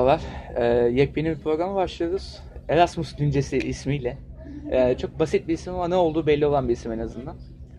Merhabalar. Yepyeni bir programa başlıyoruz. Erasmus Güncesi ismiyle. Çok basit bir isim ama ne olduğu belli olan bir isim en azından.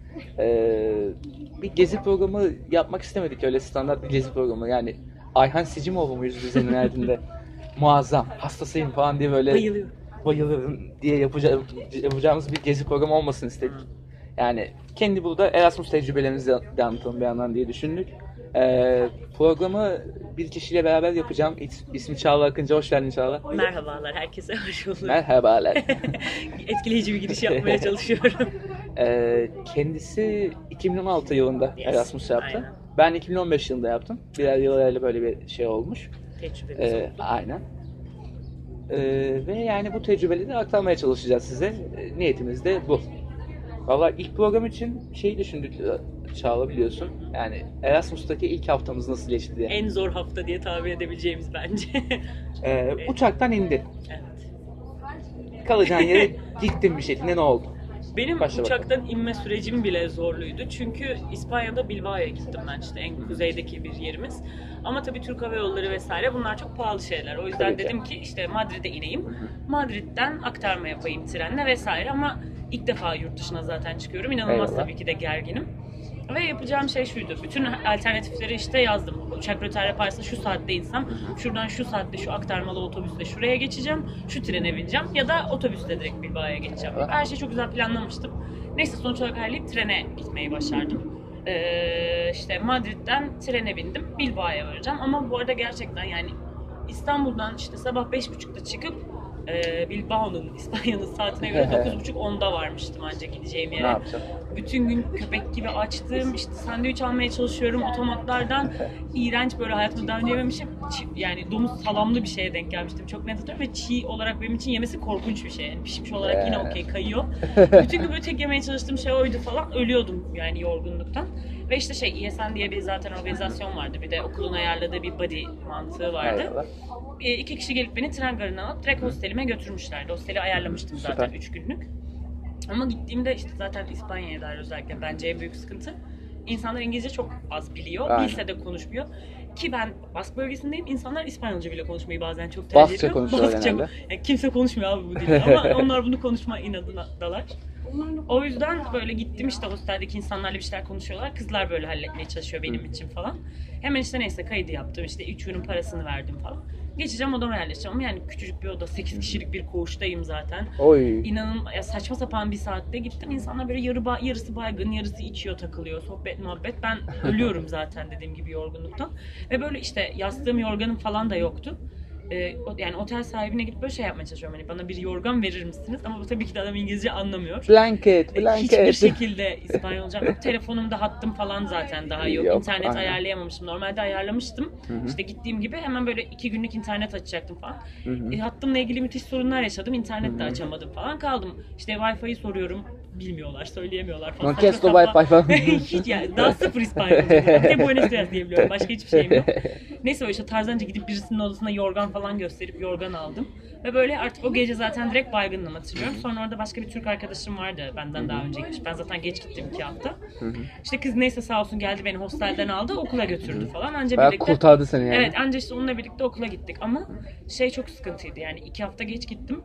Bir gezi programı yapmak istemedik, öyle standart bir gezi programı. Yani Ayhan Sicimoğlu muyuz biz en nihayetinde? Muazzam, hastasıyım falan diye böyle bayılıyorum diye yapacağımız bir gezi programı olmasını istedik. Yani kendi burada Erasmus tecrübelerimizi de anlatalım bir yandan diye düşündük. Programı bir kişiyle beraber yapacağım. İsmi Çağla Akıncı. Hoş geldin Çağla. Merhabalar, herkese hoş bulduk. Merhabalar. Etkileyici bir giriş yapmaya çalışıyorum. Kendisi 2016 yılında Erasmus yaptı. Aynen. Ben 2015 yılında yaptım. Birer yıllarıyla böyle bir şey olmuş. Tecrübemiz oldu. Aynen. Ve yani bu tecrübeleri aktarmaya çalışacağız size. Niyetimiz de bu. Valla ilk program için şey düşündük Çağla, biliyorsun. Yani Erasmus'taki ilk haftamız nasıl geçti diye. En zor hafta diye tabir edebileceğimiz bence. Uçaktan indin. Evet. Kalacağın yere gittin bir şekilde, ne oldu? Benim Başla uçaktan bakalım. inme sürecim bile zorluydu. Çünkü İspanya'da Bilbao'ya gittim ben, işte en kuzeydeki bir yerimiz. Ama tabii Türk Hava Yolları vesaire bunlar çok pahalı şeyler. O yüzden Tabii ki. dedim ki işte Madrid'e ineyim. Madrid'den aktarma yapayım trenle vesaire, ama ilk defa yurt dışına zaten çıkıyorum. İnanılmaz Eyvallah. tabii ki de gerginim. Ve yapacağım şey şuydu. Bütün alternatifleri işte yazdım. Uçak rötar yaparsa şu saatte insem, şuradan şu saatte şu aktarmalı otobüsle şuraya geçeceğim, şu trene bineceğim ya da otobüsle direkt Bilbao'ya geçeceğim. Her şeyi çok güzel planlamıştım. Neyse, sonuç olarak ayarlayıp trene gitmeyi başardım. İşte Madrid'den trene bindim. Bilbao'ya varacağım. Ama bu arada gerçekten yani İstanbul'dan işte sabah 5.30'da çıkıp Bilbao'nun, İspanya'nın saatine göre 9.30-10'da varmıştım ancak gideceğim yere. Ne yapacağım? Bütün gün köpek gibi açtım, işte sandviç almaya çalışıyorum otomatlardan. İğrenç, böyle hayatımda daha önce yememişim. Yani domuz salamlı bir şeye denk gelmiştim. Çok net hatırlıyorum ve çiğ olarak benim için yemesi korkunç bir şey. Yani pişmiş olarak yine okey, kayıyor. Bütün gün böyle tek yemeye çalıştığım şey oydu falan. Ölüyordum yani yorgunluktan. Ve işte ESN diye bir zaten organizasyon vardı. Bir de okulun ayarladığı bir buddy mantığı vardı. Eyvallah. 2 kişi gelip beni tren garına alıp direkt hostelime götürmüşlerdi. Hosteli ayarlamıştım zaten Süper. 3 günlük. Ama gittiğimde işte zaten İspanya'ya dair özellikle bence en büyük sıkıntı, İnsanlar İngilizce çok az biliyor. Aynen. Bilse de konuşmuyor. Ki ben Bask bölgesindeyim. İnsanlar İspanyolca bile konuşmayı bazen çok tercih Baskça ediyor. konuşuyorlar genelde. Yani kimse konuşmuyor abi bu dilde ama onlar bunu konuşma inadındalar. O yüzden böyle gittim, işte hosteldeki insanlarla bir şeyler konuşuyorlar. Kızlar böyle halletmeye çalışıyor benim için falan. Hemen işte neyse kaydı yaptım, işte 3 günün parasını verdim falan. Geçeceğim, odama yerleşeceğim ama yani küçücük bir oda, 8 kişilik bir koğuştayım zaten. Oy. Ya saçma sapan bir saatte gittim. İnsanlar böyle yarısı baygın, yarısı içiyor, takılıyor, sohbet muhabbet. Ben ölüyorum zaten dediğim gibi yorgunluktan. Ve böyle işte yastığım, yorganım falan da yoktu. Yani otel sahibine gidip böyle şey yapmaya çalışıyorum. Hani bana bir yorgan verir misiniz? Ama bu tabii ki de adam İngilizce anlamıyor. Blanket. Hiçbir şekilde İspanyolca yok. Telefonumda hattım falan zaten daha yok. Yok, İnternet aynen. ayarlayamamıştım. Normalde ayarlamıştım. İşte gittiğim gibi hemen böyle 2 günlük internet açacaktım falan. Hattımla ilgili müthiş sorunlar yaşadım. İnternet de açamadım falan. Kaldım. İşte Wi-Fi'yi soruyorum. Bilmiyorlar, söyleyemiyorlar falan. No kesto Saçma Wi-Fi falan. Hiç yani. Daha sıfır İspanyolca. Bir de Buenos Aires diyebiliyorum. Başka hiçbir şeyim yok. Neyse, o işte tarzanca gidip birisinin odasına yorgan falan gösterip yorgan aldım. Ve böyle artık o gece zaten direkt baygındım, hatırlıyorum. Sonra orada başka bir Türk arkadaşım vardı benden daha önce gitmiş. Ben zaten geç gittim 2 hafta. İşte kız neyse sağ olsun geldi, beni hostelden aldı, okula götürdü falan. Anca Bayağı birlikte kurtardı seni yani. Evet, anca işte onunla birlikte okula gittik ama çok sıkıntıydı yani 2 hafta geç gittim.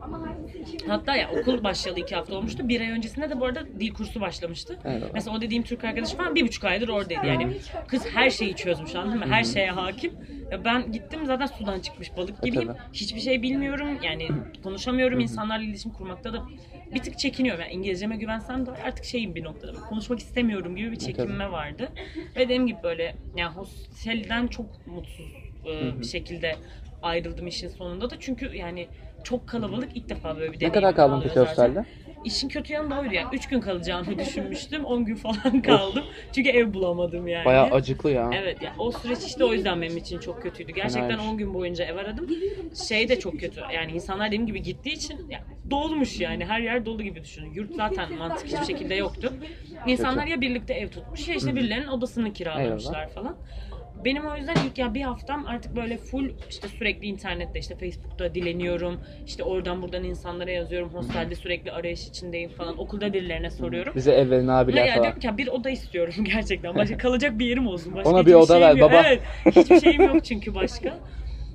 Hatta ya okul başlayalı 2 hafta olmuştu. 1 ay öncesinde de bu arada dil kursu başlamıştı. Eyvallah. Mesela o dediğim Türk arkadaşım falan 1,5 aydır oradaydı yani. Kız her şeyi çözmüş, anladın mı? Her şeye hakim. Ya ben gittim zaten sudan çıkmış balık gibiyim. Tabii. Hiçbir şey bilmiyorum yani, konuşamıyorum. İnsanlarla iletişim kurmakta da bir tık çekiniyorum. Yani İngilizceme güvensem de artık bir noktada konuşmak istemiyorum gibi bir çekinme vardı. Ve dediğim gibi böyle yani hostelden çok mutsuz bir şekilde ayrıldım işin sonunda da. Çünkü yani çok kalabalık, ilk defa böyle bir Ne deneyim kadar kaldın oluyor peki zaten. hostelde? İşin kötü yanı da oydu yani. 3 gün kalacağımı düşünmüştüm. 10 gün falan kaldım. Çünkü ev bulamadım yani. Bayağı acıklı ya. Evet ya, o süreç işte o yüzden benim için çok kötüydü. Gerçekten Fenaymış. 10 gün boyunca ev aradım. De çok kötü. Yani insanlar dediğim gibi gittiği için ya, dolmuş yani. Her yer dolu gibi düşünün. Yurt zaten mantık hiçbir şekilde yoktu. İnsanlar ya birlikte ev tutmuş ya işte birilerinin odasını kiralamışlar falan. Benim o yüzden ilk bir haftam artık böyle full işte sürekli internette, işte Facebook'ta dileniyorum. İşte oradan buradan insanlara yazıyorum. Hostelde sürekli arayış içindeyim falan. Okulda birilerine soruyorum. Bize ev verin abiler Ya falan. diyorum ki bir oda istiyorum gerçekten. Başka kalacak bir yerim olsun. Başka Ona bir hiçbir oda ver şeyim yok. baba. Evet. Hiçbir şeyim yok çünkü başka.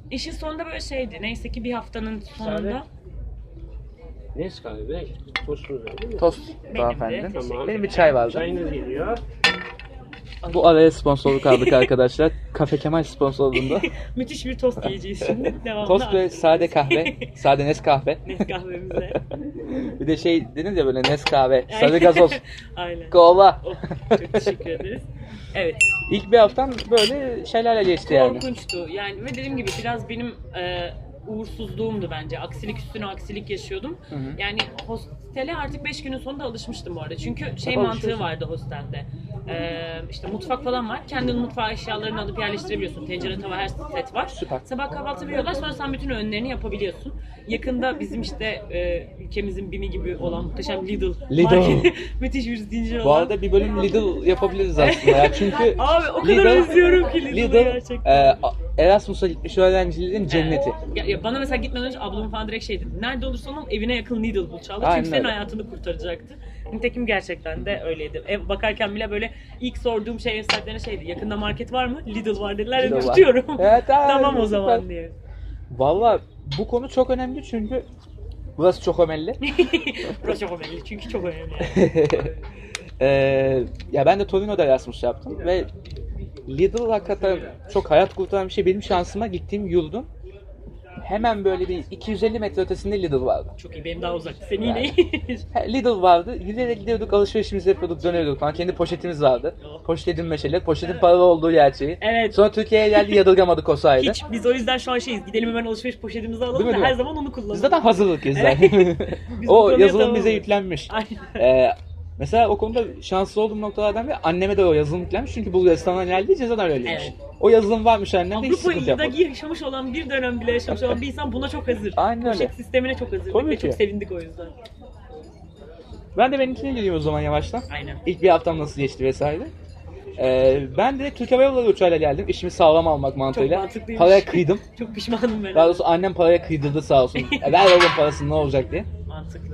İşin sonunda böyle şeydi. Neyse ki bir haftanın sonunda. Nescafe, tostlu değil mi? Tost Benim hanımefendi. de. Tamam. Benim bir çay vardı. Çayınız geliyor. Bu araya sponsorluk aldık arkadaşlar. Kafe Kemal sponsorluğunda. Müthiş bir tost yiyeceğiz şimdi. Devamlı. Tost ve sade kahve. Sade Nescafe. Nescafe'mize. Bir de şey dediniz ya böyle Nescafe, sarı gazoz, Aynen. kola. Oh, çok teşekkür ederiz. Evet. İlk bir haftam böyle şeylerle geçti yani. Korkunçtu. Yani ve dediğim gibi biraz benim uğursuzluğumdu bence. Aksilik üstüne aksilik yaşıyordum. Hı hı. Yani hostele artık 5 günün sonunda alışmıştım bu arada. Çünkü şey Tabii mantığı alışıyorsun. vardı hostelde. İşte mutfak falan var. Kendin mutfağa eşyalarını alıp yerleştirebiliyorsun. Tencere, tava, her set var. Süper. Sabah kahvaltı veriyorlar. Sonra sen bütün öğünlerini yapabiliyorsun. Yakında bizim işte ülkemizin BİM'i gibi olan muhteşem Lidl. Lidl. marketi, müthiş bir zincir Bu olan. arada bir bölüm Lidl yapabiliriz aslında ya. Çünkü Abi o kadar özlüyorum ki Lidl'ı Lidl gerçekten. Erasmus'a gitmiş öğrencilerin cenneti. Ya bana mesela gitmeden önce ablamın falan direkt şey dedi. Nerede olursa ol evine yakın Lidl bul Çağla. Aynen Çünkü senin öyle. hayatını kurtaracaktı. Nitekim gerçekten de öyleydi. Ev bakarken bile böyle ilk sorduğum şey ev sahiplerine şeydi. Yakında market var mı? Lidl var dediler. Lidl Dedim var. tutuyorum. Evet, Tamam o süper. zaman diye. Valla bu konu çok önemli çünkü burası çok önemli. Burası çok önemli çünkü çok önemli. Ya ben de Torino'da Erasmus yaptım ve Lidl hakikaten çok hayat kurtaran bir şey. Benim şansıma gittiğim yurdun hemen böyle bir 250 metre ötesinde Lidl vardı. Çok iyi benim daha uzak. Senin yine iyi. Lidl vardı. Yürüyerek gidiyorduk, alışverişimizi yapıyorduk, dönüyorduk falan. Kendi poşetimiz vardı. Poşet edinme şeyler. Poşetin paralı olduğu gerçeği. Evet. Sonra Türkiye'ye geldi, yadırgamadık o sayede. Hiç. Biz o yüzden şu an şeyiz. Gidelim hemen alışveriş poşetimizi alalım Değil mi, da değil her mi? zaman onu kullanalım. Biz zaten hazırlıklıyız Evet. zaten. Biz bu O konuya yazılım bize tamamız. yüklenmiş. Aynen. Mesela o konuda şanslı olduğum noktalardan biri anneme de o yazılım yüklenmiş. Çünkü Bulgaristan'dan geldiği için zaten öyleymiş. Evet. O yazılım varmış annemde, hiç sıkıntı yapmadı. Avrupa'da yaşamış olan bir dönem bile yaşamış olan bir insan buna çok hazır. Aynen öyle. Poşet sistemine çok hazır. Tabii Ve ki. çok sevindik o yüzden. Ben de benimkine gireyim o zaman yavaştan. Aynen. İlk bir haftam nasıl geçti vesaire. Ben de Türk Hava Yolları uçağıyla geldim. İşimi sağlam almak mantığıyla. mantıklıymış. Paraya kıydım. Çok pişmanım ben. Daha doğrusu annem paraya kıydırdı sağ olsun. Ver oğlum parasını ne olacak diye. Mantıklı.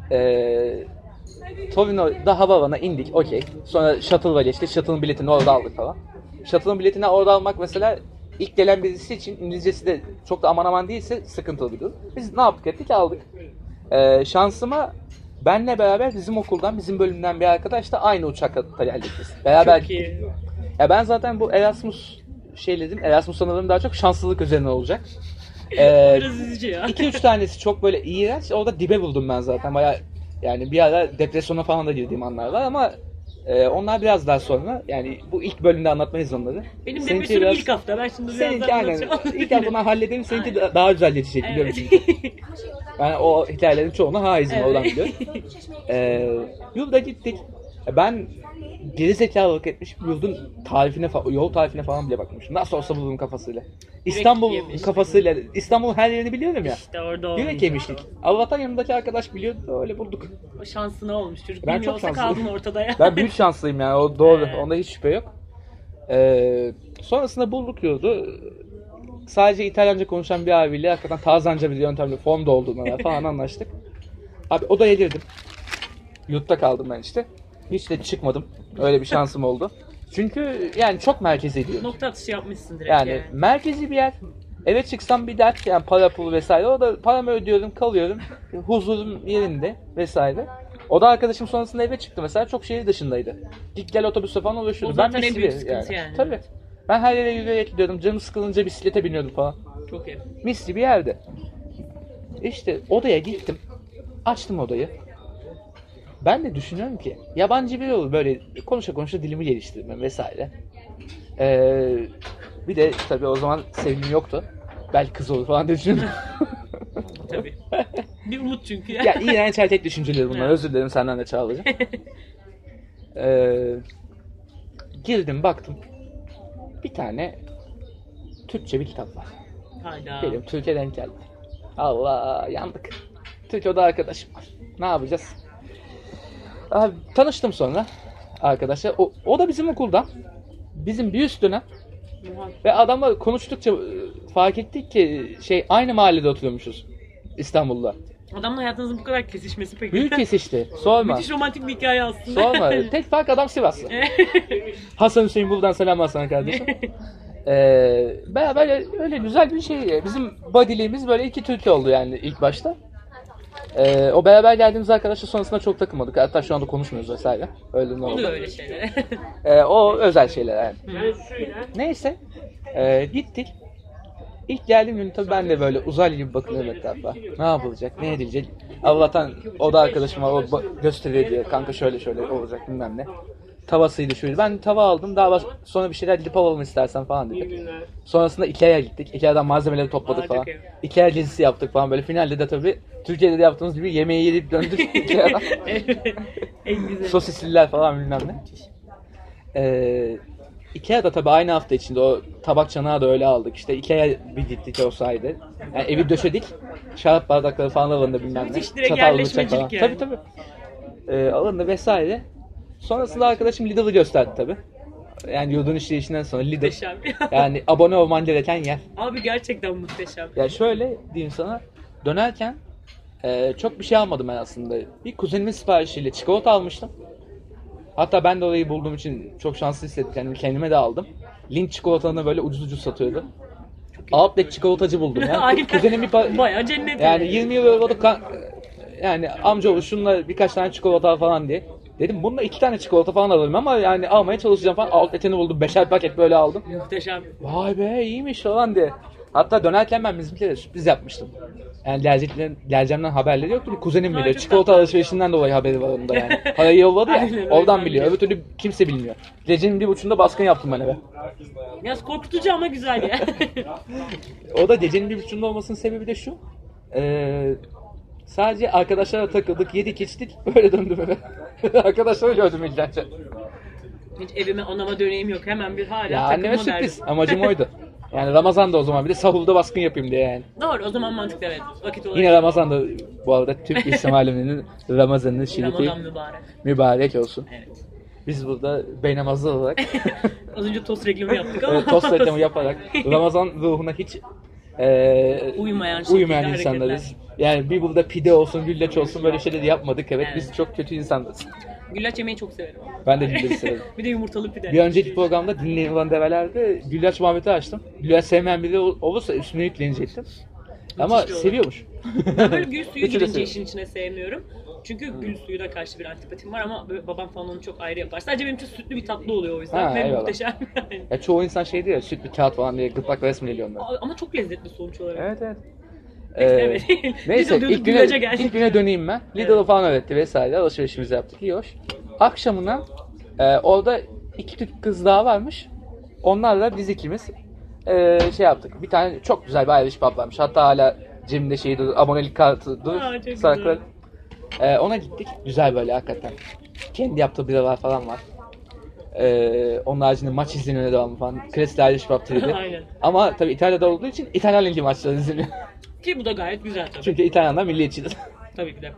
Torino'da havaalanına indik, okey. Sonra shuttle'la geçtik. Shuttle'ın biletini orada aldık falan. Shuttle'ın biletini orada almak mesela ilk gelen birisi için İngilizcesi de çok da aman aman değilse sıkıntılı bir durum. Biz ne yaptık ettik aldık. Şansıma benle beraber bizim okuldan, bizim bölümden bir arkadaş da aynı uçakta geldik biz. Beraber Çok gittik. iyi. Ya ben zaten bu Erasmus şeyledim. Erasmus sanırım daha çok şanslılık üzerine olacak. Biraz üzücü ya. 2-3 tanesi çok böyle iğrenç. Orada dibe buldum ben zaten. Bayağı yani bir ara depresyona falan da girdiğim anlar var ama onlar biraz daha sonra. Yani bu ilk bölümde anlatmayız onları. Benim Seninki depresyonum biraz- ilk hafta. Ben şimdi biraz Seninki daha aynen. anlatacağım. İlk haftadan halledelim. Seninki Aynen. daha güzel geçecek biliyorum Evet. çünkü. Ben o hikayelerin çoğuna haizim, Evet. oradan biliyorum. Yurda gittik. Ben gerizekalılık etmiş yurdun tarifine yol tarifine falan bile bakmışım. Nasıl olsa bulurum kafasıyla. İstanbul yemiş. kafasıyla. İstanbul'un her yerini biliyorum ya. İşte orada olmuş. Yürek yemiştik. Allah'tan yanımdaki arkadaş biliyordu, öyle bulduk. O şansına olmuş. Çocuk Ben bilmiyorsa çok şanslıyım. kaldın ortada ya. Ben büyük şanslıyım yani, o doğru. Evet. Onda hiç şüphe yok. Sonrasında bulduk yurdu. Sadece İtalyanca konuşan bir abiyle hakikaten tazanca bir yöntemle form doldurmalar falan anlaştık. Abi odaya girdim. Yurtta kaldım ben işte. Hiç de çıkmadım. Öyle bir şansım oldu. Çünkü yani çok merkezi diyor. Nokta atışı yapmışsın direkt Yani merkezi bir yer. Eve çıksam bir dert, yani para pul vesaire. O da paramı ödüyorum, kalıyorum. Huzurum yerinde vesaire. O da arkadaşım sonrasında eve çıktı mesela, çok şehir dışındaydı. Git gel otobüsle falan uğraşıyordu. O zaten mis en büyük gibi sıkıntı yani. Tabii. Ben her yere yürüyerek gidiyordum. Canım sıkılınca bisiklete biniyordum falan. Çok iyi. Misli bir yerde. İşte odaya gittim. Açtım odayı. Ben de düşünüyorum ki yabancı biri olur, böyle konuşa konuşa dilimi geliştirmem vesaire. Bir de tabii o zaman sevgilim yoktu. Belki kız olur falan diye düşünüyorum. Tabii. Bir umut çünkü. Ya iğrenç erkek düşünceleri bunlar. Evet. Özür dilerim senden de Çağla'cığım. Girdim baktım. Bir tane Türkçe bir kitap var. Hayda. Benim Türkiye denk geldi. Allah yandık. Türkiye'de arkadaşım var. Ne yapacağız? Abi, tanıştım sonra arkadaşlar. O da bizim okuldan. Bizim bir üst dönem. Ve adamla konuştukça fark ettik ki aynı mahallede oturuyormuşuz İstanbul'da. Adamla hayatınızın bu kadar kesişmesi peki. Büyük kesişti. Sorma. Müthiş romantik bir hikaye aslında. Sorma. Tek fark adam Sivaslı. Hasan Hüseyin buradan selamlar sana kardeşim. Beraber öyle güzel bir şey. Bizim body'liğimiz böyle 2 Türk oldu yani ilk başta. O beraber geldiğimiz arkadaşlar sonrasında çok takılmadık. Hatta şu anda konuşmuyoruz vesaire. Öyle ne oldu? Oluyor öyle şeyler. O özel şeyler yani. Yani şöyle. Neyse. Gittik. İlk geldiğim gün tabii ben de böyle uzaylı gibi bakıyorum etrafa. Ne yapılacak, ne edilecek? Allah'tan o da arkadaşım var, o gösteriyor diye. Kanka şöyle şöyle olacak bilmem ne. Tavasıydı şöyle. Ben tava aldım. Daha sonra bir şeyler gidip alalım istersen falan İyi dedik. günler. Sonrasında Ikea'ya gittik. Ikea'dan malzemeleri topladık Aa, falan. çok iyi. Ikea gezisi yaptık falan böyle. Finalde de tabii Türkiye'de de yaptığımız gibi yemeği yedip döndük Ikea'dan. En güzel. Sosisliler falan bilmem ne. Ikea'da tabii aynı hafta içinde o tabak çanağı da öyle aldık. İşte Ikea'ya bir gittik o sayede. Yani evi döşedik. Şarap bardakları falan alındı bilmem ne. Müthiş, direkt Çatal bıçak yerleşmecilik falan. yani. Tabii tabii. Alındı vesaire. Sonrasında arkadaşım Lidl'ı gösterdi tabii. Yani yurdun işleyişinden sonra Lidl. Muhteşem. Yani abone olman gereken yer. Abi gerçekten muhteşem. Ya şöyle diyeyim sana. Dönerken çok bir şey almadım ben aslında. Bir kuzenimin siparişiyle çikolata almıştım. Hatta ben de orayı bulduğum için çok şanslı hissettim. Kendime de aldım. Lindt çikolatalarını böyle ucuz ucuz satıyordu. Outlet çikolatacı buldum ya. Aynen. Kuzenim bir Bayağı cennet. yani 20 yıl yolladık yani amcaoğlu şununla birkaç tane çikolata falan diye. Dedim bununla 2 tane çikolata falan alırım ama yani almaya çalışacağım falan. Outlet'ini buldum. 5'er paket böyle aldım. Muhteşem. Vay be iyiymiş falan diye. Hatta dönerken ben bizimkilere sürpriz yapmıştım. Yani geleceğimden haberleri yoktu. Bir kuzenim biliyor. çok Çikolata tatlı. alışverişinden dolayı haberi var onda yani. Parayı yolladı ya. Aynen, Oradan aynen. biliyor. Öbür türlü kimse bilmiyor. Gecenin 1.30'unda baskın yaptım ben eve. Biraz korkutucu ama güzel ya. O da gecenin 1.30'unda olmasının sebebi de şu. Sadece arkadaşlarla takıldık, yedik, içtik. Öyle döndüm eve. Arkadaşları gördüm ilk önce. Hiç evime anama döneyim yok. Hemen bir hala Ya takılma anneme sürpriz. derdim. Amacım oydu. Yani Ramazan'da o zaman bir de sahurda baskın yapayım diye yani. Doğru, o zaman mantıklı, evet. Vakit olarak. Yine Ramazan'da bu arada Türk İslam aleminin Ramazan'ı şerifi Ramazan mübarek. mübarek olsun. Evet. Biz burada beynamazlı olarak Az önce tost reklamı yaptık ama. tost reklamı yaparak Ramazan ruhuna hiç Uymayan şekilde uymayan insanlarız. Yani bir burada pide olsun, güllaç olsun böyle şeyleri yapmadık. Evet, Evet. biz çok kötü insanlarız. Güllaç yemeyi çok severim. Ben de güllaç severim. Bir de yumurtalı pide. Bir önceki programda dinleyen develerde güllaç muhabbeti açtım. Güllaç sevmeyen biri olursa üstüne yüklenecektim. Ama Müthiş bir olay. seviyormuş. Ben böyle gül suyu Üçü de girince seviyorum. işin içine sevmiyorum. Çünkü gül suyu da karşı bir antipatim var ama böyle babam falan onu çok ayrı yapar. Sadece benim için sütlü bir tatlı oluyor o yüzden. Ha, Ve eyvallah. muhteşem yani. Ya çoğu insan şey diyor ya, süt bir kağıt falan diye gırtlak resmi geliyor onlara. Ama çok lezzetli sonuç olarak. Evet evet. Evet. Neyse Lidl diyorduk, ilk güne, güllaca geldik. ilk güne döneyim ben. Lidl'ı falan öğretti vesaire. Alışverişimizi yaptık. İyi hoş. Akşamına orada 2 Türk kız daha varmış. Onlarla biz ikimiz şey yaptık. Bir tane çok güzel bir Irish pub varmış. Hatta hala cebimde şeyi durur, abonelik kartı durur. Aa, çok Saklar. Ona gittik. Güzel böyle hakikaten. Kendi yaptığı biralar falan var. Onun haricinde maç izleniyor devamlı falan. Klasik Irish pub tridi. Aynen. Ama tabii İtalya'da olduğu için İtalyan ligi maçları izleniyor. Ki bu da gayet güzel tabii. Çünkü İtalyanlar milliyetçidir. Tabii ki de.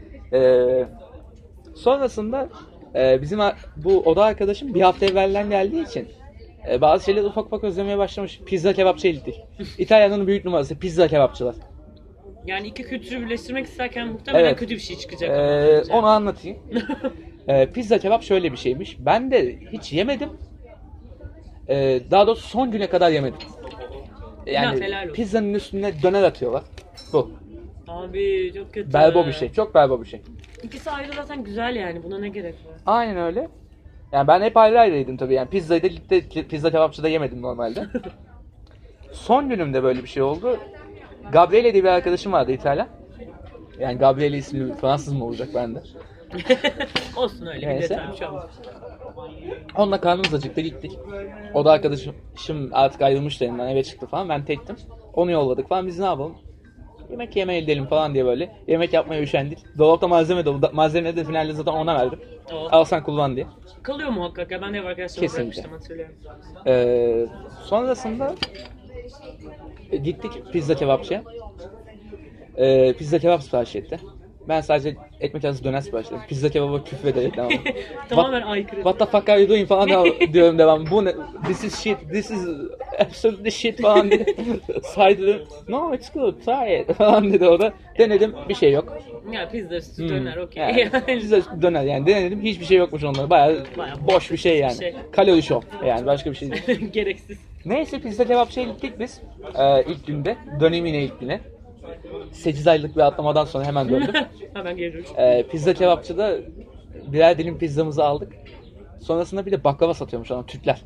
Sonrasında bizim bu oda arkadaşım bir hafta evvelden geldiği için bazı şeyleri ufak ufak özlemeye başlamış. Pizza kebapçıya gittik. İtalya'nın büyük numarası pizza kebapçılar. Yani iki kültürü birleştirmek isterken muhtemelen Evet. kötü bir şey çıkacak. ama bence. Onu anlatayım. Pizza kebap şöyle bir şeymiş. Ben de hiç yemedim. Daha doğrusu son güne kadar yemedim. Ya, helal Yani olsun. pizzanın üstüne döner atıyorlar. Bu. Abi çok kötü. Berbo bir şey. Çok berbo bir şey. İkisi ayrı zaten güzel yani. Buna ne gerek var? Aynen öyle. Yani ben hep ayrı ayrı yedim tabii. Yani pizzayı da pizza kebapçıda yemedim normalde. Son günümde böyle bir şey oldu. Gabriele diye bir arkadaşım vardı İtalyan. Yani Gabriele isimli bir Fransız mı olacak bende? Olsun öyle bir Neyse. detay bir şey olmaz. Onunla karnımız acıktı gittik. O da arkadaşım artık ayrılmıştı elinden eve çıktı falan. Ben tektim. Onu yolladık falan. Biz ne yapalım? Yemek yemeye gidelim falan diye böyle. Yemek yapmaya üşendik. Dolapta malzeme dolu. Malzemeleri de finalde zaten ona verdim. Oh. Al sen kullan diye. Kalıyor muhakkak ya. Ben de ev arkadaşlarıma Kesinlikle. bırakmıştım, hatırlıyorum. Sonrasında gittik pizza kebapçıya. Pizza kebap sipariş etti. Ben sadece ekmek arası döner sipariş ettim. Pizza kebaba küfür ederek devam. Tamamen aykırı. What the fuck are you doing falan diyorum devam. Bu ne? This is shit. This is absolutely shit falan diye. Saydı. No it's good. Try it falan dedi o da. Denedim. Bir şey yok. Ya pizza üstü döner okey. Yani, pizza döner yani denedim. Hiçbir şey yokmuş onlarda. Bayağı boş bir şey yani. Bir şey. Kalori show yani başka bir şey değil. Gereksiz. Neyse pizza kebapçıya gittik biz. İlk günde. Döneyim yine ilk güne. 8 aylık bir atlamadan sonra hemen döndüm. Hemen geri dönüş. Pizza kebapçıda birer dilim pizzamızı aldık. Sonrasında bir de baklava satıyormuş ona Türkler.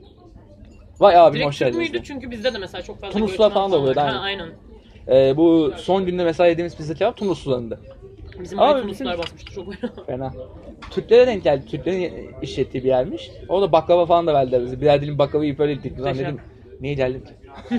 Vay abim Direkt hoş Türk geldiniz. müydü? Çünkü bizde de mesela çok fazla Tunuslular falan da oluyordu, var. aynen. Ha, aynen. Bu son günde mesela yediğimiz pizza kebap Tunuslularında. Bizim Abi, oraya Tunuslular basmıştı çok fena. Fena. Türklere denk geldi. Türklerin işlettiği bir yermiş. Orada baklava falan da verdiler bize. Birer dilim baklava yiyip öyle gittik. Ulan dedim niye geldim ki?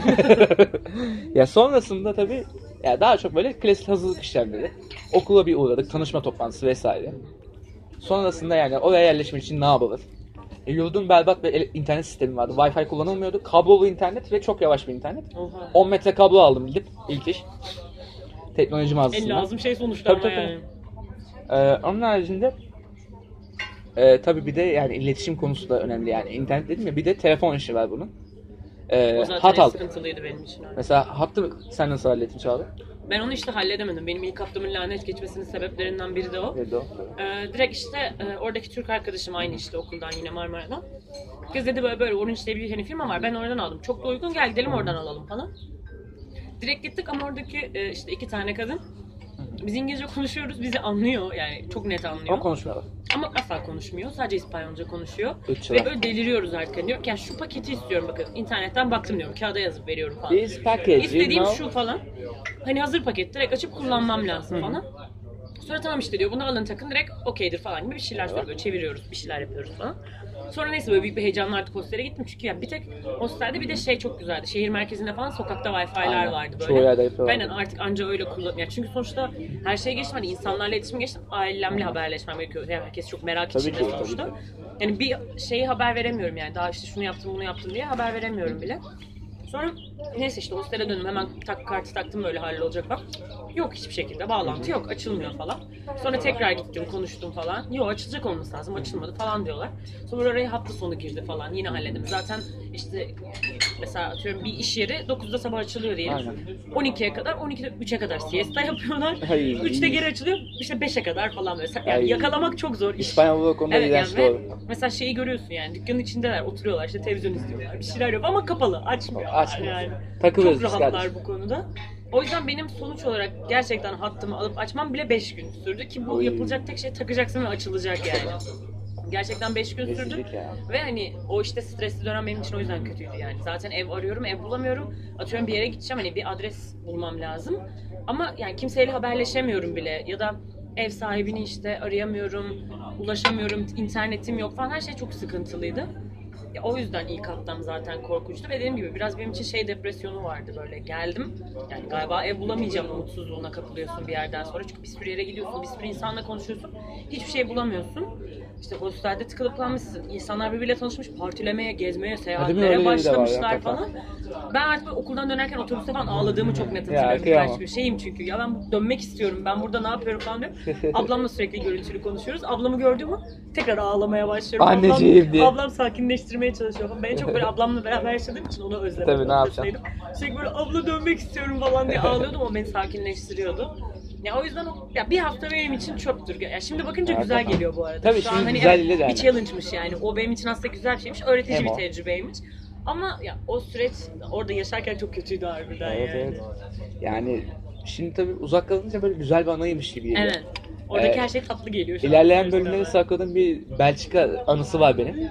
Ya sonrasında tabii ya daha çok böyle klasik hazırlık işlemleri. Okula bir uğradık. Tanışma toplantısı vesaire. Sonrasında yani oraya yerleşmek için ne yapılır? Yurdun berbat bir internet sistemi vardı. Wi-Fi kullanılmıyordu. Kablolu internet ve çok yavaş bir internet. Oha. 10 metre kablo aldım gidip ilk iş. Teknoloji En mağazasından. lazım şey sonuçta ama Tabii. yani. Onun haricinde tabii bir de yani iletişim konusu da önemli yani. İnternet dedim ya bir de telefon işi var bunun. O zaten Hat en aldık. sıkıntılıydı benim için. Yani. Mesela hattı sen nasıl hallettin Çağla? Ben onu işte halledemedim. Benim ilk haftamın lanet geçmesinin sebeplerinden biri de o. Nerede o? Direkt işte oradaki Türk arkadaşım aynı işte okuldan yine Marmara'dan. Kız dedi böyle Orange diye bir hani firma var. Ben oradan aldım. Çok da uygun gel gidelim oradan alalım falan. Direkt gittik ama oradaki işte 2 tane kadın. Biz İngilizce konuşuyoruz. Bizi anlıyor yani çok net anlıyor. O konuşmuyorlar. Ama asla konuşmuyor. Sadece İspanyolca konuşuyor. Irkçılar. Ve böyle deliriyoruz artık. Diyor ki yani şu paketi istiyorum bakın. İnternetten baktım diyorum. Kağıda yazıp veriyorum falan. This package, you İstediğim know. şu falan. Hani hazır paket direkt açıp kullanmam lazım falan. Sonra tamam işte diyor bunu alın takın direkt okeydir falan gibi bir şeyler söylüyor. Çeviriyoruz bir şeyler yapıyoruz falan. Sonra neyse böyle büyük bir heyecanla artık hostele gittim. Çünkü yani bir tek hostelde bir de şey çok güzeldi. Şehir merkezinde falan sokakta Wi-Fi'ler Aynen. vardı böyle. Çoğu yerde yapıyorlar. Aynen artık anca öyle kullan. Yani çünkü sonuçta her şeye geçtim hani insanlarla iletişim geçtim. Ailemle haberleşmem gerekiyor. Yani herkes çok merak Tabii içinde ki, sonuçta. tabii Yani bir şeyi haber veremiyorum yani. Daha işte şunu yaptım bunu yaptım diye haber veremiyorum bile. Sonra neyse işte hostele döndüm hemen kartı taktım böyle hallolacak bak. Yok hiçbir şekilde bağlantı yok açılmıyor falan. Sonra tekrar gittim konuştum falan. Yok açılacak olması lazım açılmadı falan diyorlar. Sonra oraya hafta sonu girdi falan yine halledim. Zaten işte mesela atıyorum bir iş yeri 9'da sabah açılıyor diyelim. Aynen. 12'ye kadar 12'de 3'e kadar siesta yapıyorlar. Ay. 3'te geri açılıyor işte 5'e kadar falan böyle. Yani Ay. yakalamak çok zor iş. İspanyol o konuda iğrenç ve doğru. mesela şeyi görüyorsun yani dükkanın içindeler oturuyorlar işte televizyon izliyorlar bir şeyler yapıyor ama kapalı açmıyor. Açmıyor. Yani. Takılıyoruz Çok biz rahatlar kardeşim. bu konuda. O yüzden benim sonuç olarak gerçekten hattımı alıp açmam bile 5 gün sürdü ki bu Oy. yapılacak tek şey takacaksın ve açılacak yani. Gerçekten 5 gün sürdü. Rezillik ya. Ve hani o işte stresli dönem benim için o yüzden kötüydü yani. Zaten ev arıyorum, ev bulamıyorum. Atıyorum bir yere gideceğim hani bir adres bulmam lazım. Ama yani kimseyle haberleşemiyorum bile ya da ev sahibini işte arayamıyorum, ulaşamıyorum, internetim yok falan her şey çok sıkıntılıydı. Ya o yüzden ilk haftam zaten korkunçtu ve dediğim gibi biraz benim için şey depresyonu vardı böyle geldim. Yani galiba ev bulamayacağım umutsuzluğuna kapılıyorsun bir yerden sonra. Çünkü bir sürü yere gidiyorsun, bir sürü insanla konuşuyorsun. Hiçbir şey bulamıyorsun. İşte hostelde tıkılıp kalmışsın. İnsanlar birbiriyle tanışmış, partilemeye, gezmeye, Öyle seyahatlere bir de var ya, başlamışlar hakikaten. falan. Ben artık böyle okuldan dönerken otobüste falan ağladığımı çok net Ya, hatırlıyorum. kıyamam. Birkaç bir şeyim çünkü. Ya ben dönmek istiyorum, ben burada ne yapıyorum falan diyorum. Ablamla sürekli görüntülü konuşuyoruz. Ablamı gördüğümü tekrar ağlamaya başlıyorum. Anneciğim diye. Ablam sakinleştirmeye çalışıyor falan. Ben çok böyle ablamla beraber yaşadığım için onu özlemedim. Tabii, ne yapacaksın? Sürekli böyle abla dönmek istiyorum falan diye ağlıyordum ama beni sakinleştiriyordu. Ya o yüzden ya bir hafta benim için çöptür. Ya şimdi bakınca güzel Hakikaten. geliyor bu arada. Tabii, Şu şimdi an hani güzel evet, değil yani. bir challenge'mış yani. O benim için aslında güzel bir şeymiş. Öğretici Hem bir o. tecrübeymiş. Ama ya o süreç orada yaşarken çok kötüydü harbiden Evet, yani. evet. Yani şimdi tabii uzak kalınca böyle güzel bir anıymış gibi geliyor. Evet. Oradaki her şey tatlı geliyor. şu an. İlerleyen bölümleri sakladığım bir Belçika anısı var benim.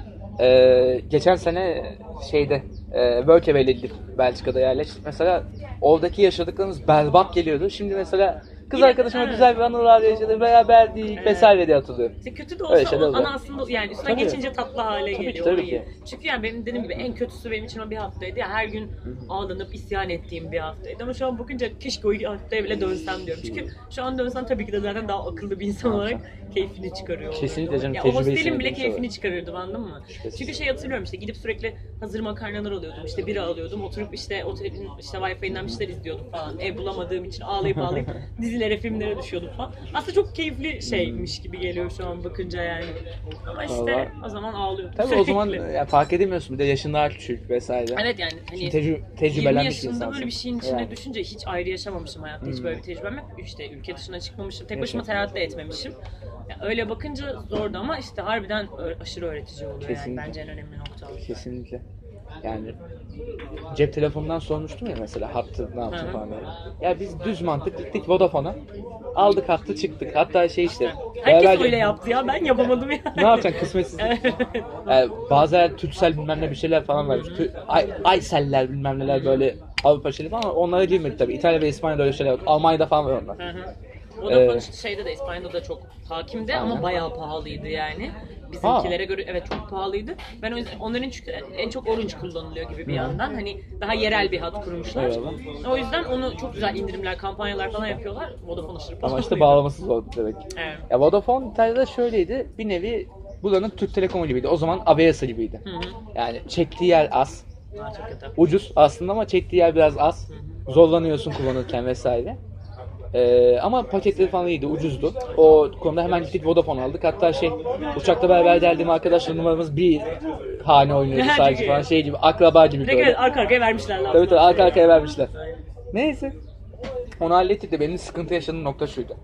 Geçen sene şeyde Workawe'yle gidip Belçika'da yerleştik. Mesela oradaki yaşadıklarımız berbat geliyordu. Şimdi mesela kız Yine- arkadaşıma evet. güzel bir anılar yaşadık, beraberdik Evet. vesaire diye hatırlıyorum. İşte kötü de Öyle olsa şeyler o oluyor. ana aslında yani üstüne Tabii. geçince tatlı hale Tabii ki, geliyor. tabii o iyi. ki. Çünkü yani benim dediğim gibi en kötüsü benim için o bir haftaydı. Ya her gün ağlanıp isyan ettiğim bir haftaydı. Ama şu an bakınca keşke o haftaya bile dönsem diyorum. Çünkü şu an dönsem tabii ki de zaten daha akıllı bir insan olarak keyfini çıkarıyor. Kesinlikle canım, Ya o tecrübeyi hostelin bile sevdiğim şey keyfini var. çıkarırdım anladın mı? Şüphesiz. Çünkü şey hatırlıyorum işte gidip sürekli hazır makarnalar alıyordum. İşte bira alıyordum. Oturup işte otelin işte Wi-Fi'nden bir şeyler izliyordum falan. Ev bulamadığım için ağlayıp dizilere, filmlere düşüyordum falan. Aslında çok keyifli şeymiş gibi geliyor şu an bakınca yani. Ama işte Vallahi. o zaman ağlıyordum. Tabii o zaman ya, fark edemiyorsun bir de yaşın daha küçük vesaire. Evet yani hani Şimdi 20 20 yaşında yaşında böyle bir şeyin içine yani. düşünce hiç ayrı yaşamamışım hayatta. Hiç böyle bir tecrübem yok. İşte ülke dışına çıkmamışım. Tek başıma seyahat de etmemişim. Ya öyle bakınca zordu ama işte harbiden aşırı öğretici oluyor Kesinlikle. yani bence en önemli nokta o. Kesinlikle. Yani cep telefonundan sormuştum ya mesela hattı ne yaptın Hı hı. falan diye. Ya biz düz mantık gittik Vodafone'a. Aldık hattı çıktık. Hatta şey işte. Herkes beraber- öyle yaptı ya. Ben yapamadım ya. Ne yapacaksın kısmetsiz. Bazı yer Türksel bilmem ne bir şeyler falan var. Aysel'ler bilmem neler böyle Avrupa şeyleri falan ama onlara girmedik tabii. İtalya ve İspanya'da öyle şeyler yok. Almanya'da falan var onlar. Hı hı. Vodafone şeyde de İspanya'da da çok hakimdi ama bayağı pahalıydı yani. Bizimkilere göre evet çok pahalıydı. Ben o yüzden onların çünkü en çok Orange kullanılıyor gibi bir yandan. Hani daha yerel bir hat kurmuşlar. Eyvallah. O yüzden onu çok güzel indirimler, kampanyalar falan yapıyorlar. Vodafone aşırı pahalıydı. Ama işte bağlaması zor demek. Evet. Ya Vodafone İtalya'da şöyleydi. Bir nevi buranın Türk Telekomu gibiydi. O zaman ABS gibiydi. Hı hı. Yani çektiği yer az. Aa, çok kötü. Ucuz aslında ama çektiği yer biraz az. Zorlanıyorsun kullanırken vesaire. Ama paketleri falan iyiydi, ucuzdu. O konuda hemen gittik Vodafone aldık. Hatta uçakta beraber geldiğim arkadaşla numaramız bir hane oynuyordu sadece falan şey gibi, akraba gibi Ne böyle. kadar arka arkaya vermişler lan. Tabii arka arkaya vermişler. Neyse. Onu hallettik de benim sıkıntı yaşadığım nokta şuydu.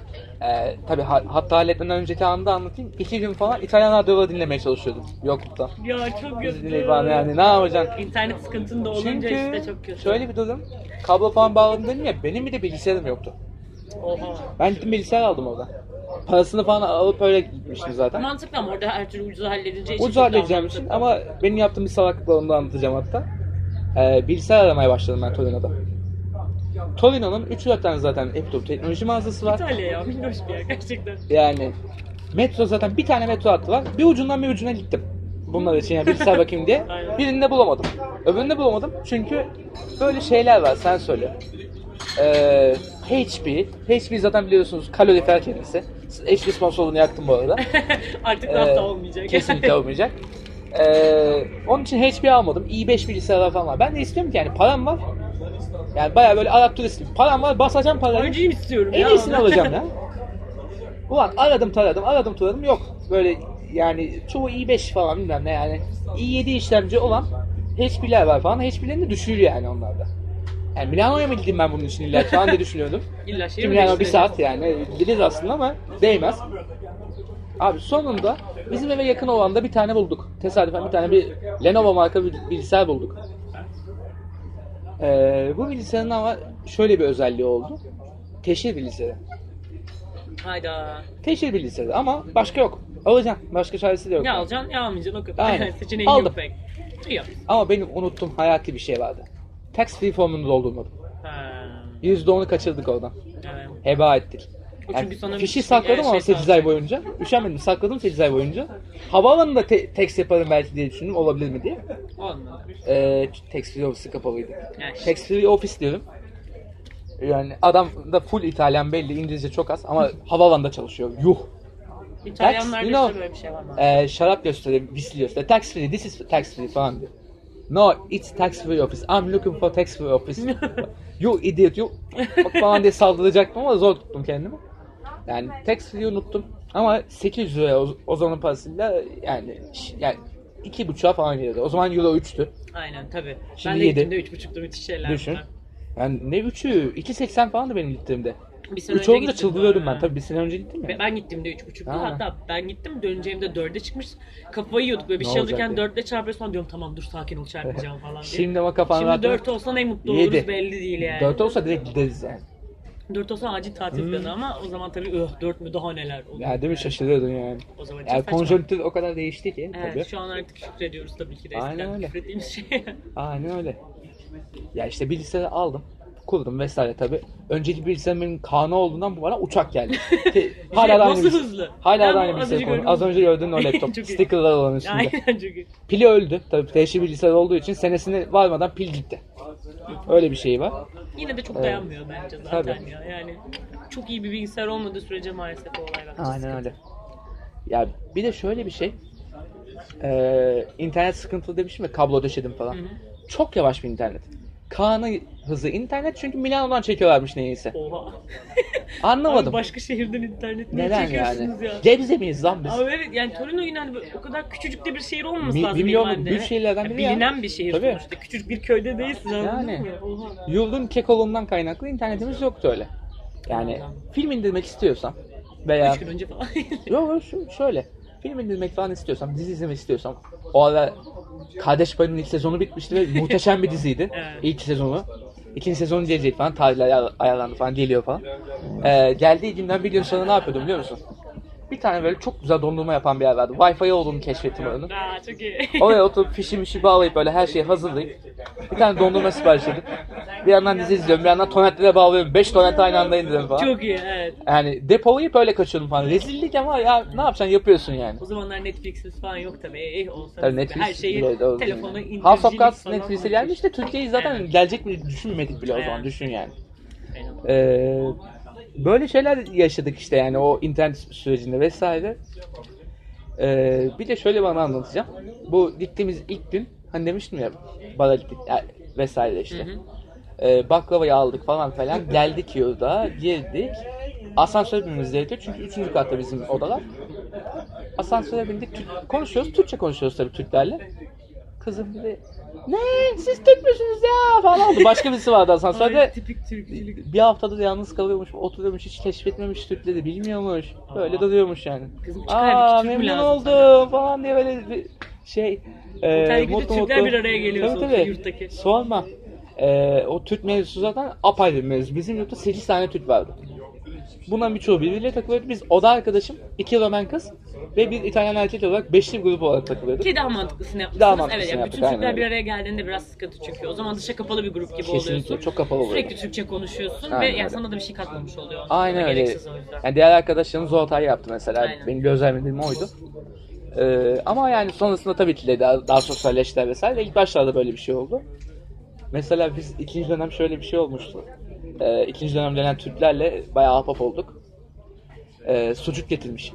Tabii hatta halletmeden önceki anda anlatayım. 2 gün falan İtalyan radyoları dinlemeye çalışıyordum yokluktan. Ya çok kötü. Falan yani ne yapacaksın? İnternet sıkıntın da olunca Çünkü işte çok kötü. şöyle bir durum. Kablo falan bağladım dedim ya, benim bir de bilgisayarım yoktu. Oha. Ben gittim bilgisayar aldım orada. Parasını falan alıp öyle gitmiştim zaten. Mantıklı ama orada her türlü ucuz halledileceği için Ucuz çok daha halledeceğim için mantıklı. ama benim yaptığım bir salaklıkla onu da anlatacağım hatta. Bilgisayar aramaya başladım ben Torino'da. Torino'nun 3-4 tane zaten Apple teknoloji mağazası var. İtalya ya minnoş bir yer gerçekten. Yani metro zaten bir tane metro hattı var. Bir ucundan bir ucuna gittim. Bunlar için yani bilgisayar bakayım diye. Aynen. Birinde bulamadım. Öbüründe bulamadım çünkü böyle şeyler var sen söyle. HP zaten biliyorsunuz kalorifer kendisi. HP sponsorluğunu yaktım bu arada. Artık laf da olmayacak. Kesinlikle olmayacak. Onun için HP almadım. i5 bilgisayarlar falan var. Ben de istiyorum ki yani param var. Yani bayağı böyle Arap turist gibi. Param var, basacağım parayı. Önceyim istiyorum En ya. iyisini alacağım ya. Ulan aradım taradım yok. Böyle yani çoğu i5 falan bilmem ne yani. i7 işlemci olan HP'ler var falan. HP'lerin de düşüyor yani onlarda. Yani Milano'ya mı gideyim ben bunun için illa falan diye düşünüyordum. İlla şehir Ki mi Milano bir değiştirecek? saat yani. Gideriz aslında ama değmez. Abi sonunda bizim eve yakın olan da bir tane bulduk. Tesadüfen bir tane bir Lenovo marka bir bilgisayar bulduk. Bu bilgisayarın ama şöyle bir özelliği oldu. Teşhir bilgisayarı. Hayda. Teşhir bilgisayarı ama başka yok. Alacaksın. Başka çaresi de yok. Ya alacaksın ya almayacaksın o kadar. Aynen. Seçeneğin Aldım. yok pek. Yok. Ama benim unuttuğum hayati bir şey vardı. Tax free formunu doldurmadım. Ha. %10'u kaçırdık oradan. Evet. heba ettik. O çünkü sana bir fişi şey- sakladım ama şey 8 ay boyunca. Üşenmedim, sakladım 8 ay boyunca. Havaalanında text yaparım belki diye düşündüm, olabilir mi diye. Olmadı. Text free ofisi kapalıydı. Yani. Text free office diyorum. Yani adam da full İtalyan belli, İngilizce çok az ama havaalanında çalışıyor. Yuh. İtalyanlarda you know, işte böyle bir şey var mı? Şarap gösteriyor, viski gösteriyor. Tax free, this is tax free falan diyor. No, it's tax free office. I'm looking for tax free office. You idiot you. Bak falan diye saldıracaktım ama zor tuttum kendimi. Yani tax free'yi unuttum. Ama 800 liraya o zamanın parasıyla yani 2,5'a falan geliyordu. O zaman euro 3'tü. Aynen tabii. Şimdi Ben de 7. gittiğimde 3,5'tu müthiş şeyler. Düşün. bunlar. Yani ne 3'ü? 2,80 falandı benim gittiğimde. Bir sene 3 önce olunca gittim. çıldırıyordum ben. Ha. Tabii bir sene önce gittim ya. Ben gittiğimde 3,5'tu. Ha. Hatta ben gittim döneceğimde 4'e çıkmış. Kafayı yiyorduk böyle bir Ne şey olacak alırken diye. 4'le çarpıyorsun falan diyorum tamam dur sakin ol çarpmayacağım falan diye. Şimdi ama kafan Şimdi rahat. 4 olsa ne mutlu Yedi. oluruz belli değil yani. 4 olsa direkt gideriz yani. 4 olsa acil tatil planı ama o zaman tabii 4 mü daha neler olur. Ya değil mi, şaşırıyordun yani. O zaman çok Yani saçma. konjonktür o kadar değişti ki tabii. Evet şu an artık şükrediyoruz tabii ki de. Aynen Eskiden öyle. küfrettiğimiz şey. Aynen öyle. Ya işte bilgisayarı aldım. Kurdum vesaire tabi. Önceki bilgisayarım benim Kaan'a olduğundan bu bana uçak geldi. Hala da aynı nasıl bilgisayar. hızlı? Hala Ben da aynı az bilgisayar önce konu. gördüm. Az önce gördüğün o laptop. Çok iyi. Stickerlar olan üstünde. Aynen çok iyi. Pili öldü. Tabii teşhir bilgisayar olduğu için senesini varmadan pil gitti. Öyle bir şey var. Yine de çok dayanmıyor bence zaten Tabii. ya. Yani çok iyi bir bilgisayar olmadığı sürece maalesef o olay bence Aynen sıkıntı. öyle. Ya bir de şöyle bir şey. İnternet sıkıntılı demişim ya, kablo döşedim falan. Hı hı. Çok yavaş bir internet. Kaan'ın hızı internet çünkü Milano'dan çekiyorlarmış neyse. Oha. Anlamadım. Abi başka şehirden internet niye Neden çekiyorsunuz yani? ya? Gebze miyiz lan biz? Abi evet yani Torino yani o kadar küçücük de bir şehir olmaması lazım. Bilmiyorum, benim büyük anne. şehirlerden biri ya. Bilinen bir şehir Tabii. sonuçta. Küçük bir köyde değilsin anladın Yani. mı? Oha. Yurdun kekolundan kaynaklı internetimiz yoktu öyle. Yani film indirmek istiyorsam veya 3 gün önce falan. yok şöyle film indirmek falan istiyorsam, dizi izlemek istiyorsam, o ara Kardeş Payı'nın ilk sezonu bitmişti ve muhteşem bir diziydi. Evet. İlk sezonu. İkinci sezonu gelecek falan, tarihler ayarlandı falan, geliyor falan. Geldiği günden bir gün sonra ne yapıyordum biliyor musun? Bir tane böyle çok güzel dondurma yapan bir yer vardı. Wi-Fi olduğunu keşfettim oranın. Aa çok iyi. Oraya oturup fişi bağlayıp böyle her şeyi hazırlayıp bir tane dondurma sipariş edip bir yandan dizi izliyorum, bir yandan torrentlere bağlıyorum. 5 torrent aynı anda indiriyorum falan. Çok iyi evet. Yani depolayıp böyle kaçıyordum falan. Rezillik ama ya ne yapacaksın, yapıyorsun yani. O zamanlar Netflix'imiz falan yok tabii. Olsa Tabii Netflix her şeyi bile de o telefona yani. indiricilik House of Cards falan Netflix'e var. gelmiş de Türkiye'yi zaten Evet. gelecek mi düşünmedik bile o zaman, Evet. düşün yani. Aynen. Böyle şeyler yaşadık işte yani o internet sürecinde vesaire. Bir de şöyle bana anlatacağım. Bu gittiğimiz ilk gün hani demiştim ya, bara gittik yani vesaire işte. Baklavayı aldık falan filan, geldik yurda, girdik. Asansöre binmemiz gerekiyor çünkü 3. katta bizim odalar. Asansöre bindik, konuşuyoruz, Türkçe konuşuyoruz tabii Türklerle. Kızım dedi, ne siz Türk müsünüz ya falan oldu. Başka birisi vardı asansörde. Ay, tipik Türkçülük. Bir haftadır yalnız kalıyormuş, oturuyormuş, hiç keşfetmemiş Türkleri, bilmiyormuş. Böyle duruyormuş yani. Kızım çıkar bir Türk mü memnun lazım oldum falan diye böyle bir şey. Otel gibi mutlu Türkler mutlu. bir araya geliyor Tabii, sonuçta tabii. yurttaki. Sorma. O Türk mevzusu zaten apayrı bir mevzu. Bizim yurtta 8 tane Türk vardı. Bundan birçoğu birbiriyle takılıyordu. Biz oda arkadaşım, 2 Roman kız ve bir İtalyan erkek olarak 5'li grup olarak takılıyorduk. Ki daha mantıklısını yapmışsınız. Daha mantıklısını Evet yani yaptık, bütün Türkler aynen bir öyle. araya geldiğinde biraz sıkıntı çıkıyor. O zaman dışa kapalı bir grup gibi Kesinlikle, oluyorsun. çok kapalı oluyor. Sürekli Türkçe konuşuyorsun Aynen ve öyle. yani sana da bir şey katmamış oluyor. Aynen öyle. Gereksiz o yüzden. Yani diğer arkadaşlarım zor hatayı yaptı mesela. Aynen. Benim gözlemlediğim oydu. Ama yani sonrasında tabii ki de daha sosyalleştiler vesaire. İlk başlarda böyle bir şey oldu. Mesela biz ikinci dönem şöyle bir şey olmuştu. İkinci dönem gelen Türklerle bayağı ahbap olduk. Sucuk getirmiş.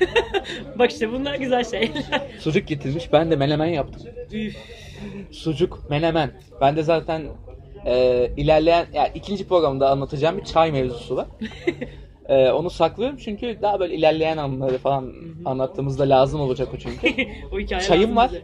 Bak işte bunlar güzel şeyler. Sucuk getirmiş. Ben de menemen yaptım. Üf. Sucuk, menemen. Ben de zaten ilerleyen, yani ikinci programda anlatacağım bir çay mevzusu var. Onu saklıyorum çünkü daha böyle ilerleyen anları falan anlattığımızda lazım olacak o çünkü. O hikaye Çayım lazım var.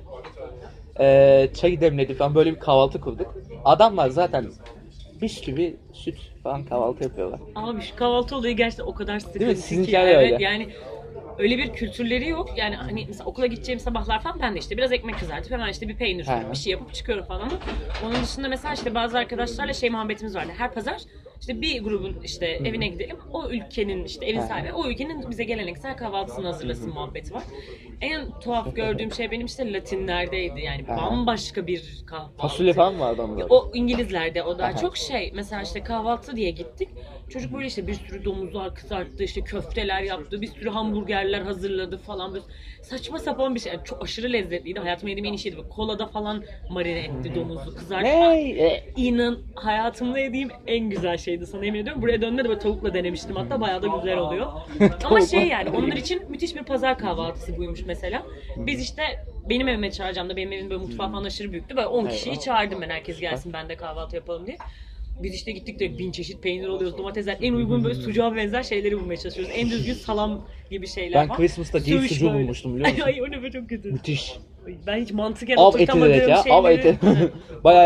bize. Çayı demledik falan, böyle bir kahvaltı kurduk. Adamlar zaten mis gibi süt falan kahvaltı yapıyorlar. Abi şu kahvaltı olayı gerçekten o kadar sıkıntı Değil mi? ki. Sizinkiler de Evet öyle. yani öyle bir kültürleri yok. Yani hani mesela okula gideceğim sabahlar falan ben de işte biraz ekmek kızartıp hemen işte bir peynir He. bir şey yapıp çıkıyorum falan ama onun dışında mesela işte bazı arkadaşlarla şey muhabbetimiz vardı. Her pazar işte bir grubun işte evine gidelim. O ülkenin işte evin He. sahibi o ülkenin bize geleneksel kahvaltısını hazırlasın muhabbeti var. En tuhaf gördüğüm şey benim işte Latinlerdeydi. Yani He. bambaşka bir kahvaltı. Fasulye falan mı vardı onlarda? O İngilizlerde o daha Aha. çok şey. Mesela işte kahvaltı diye gittik. Çocuk böyle işte bir sürü domuzlar kızarttı, işte köfteler yaptı, bir sürü hamburgerler hazırladı falan. Böyle saçma sapan bir şey. Yani çok aşırı lezzetliydi. Hayatımda yediğim en iyi şeydi. Böyle kolada falan marine etti domuzu, kızarttı. Ne? İnan hayatımda yediğim en güzel şeydi sana yemin ediyorum. Buraya döndüğümde de böyle tavukla denemiştim. Hatta bayağı da güzel oluyor. Ama şey yani onlar için müthiş bir pazar kahvaltısı buymuş mesela. Biz işte benim evime çağıracağım da benim evim böyle mutfağı falan aşırı büyüktü. Böyle 10 kişiyi çağırdım ben, herkes gelsin ben de kahvaltı yapalım diye. Biz işte gittik de 1000 çeşit peynir alıyoruz, domatesler, en uygun böyle sucuğa benzer şeyleri bulmaya çalışıyoruz. En düzgün salam gibi şeyler Ben var. Christmas'ta geyik Söğüş sucuğu böyle. bulmuştum biliyor musun? Ay o ne be, çok kötü. Müthiş. Ben hiç mantıken Av eti oturtamadığım direkt ya. şeyleri... Av eti. Baya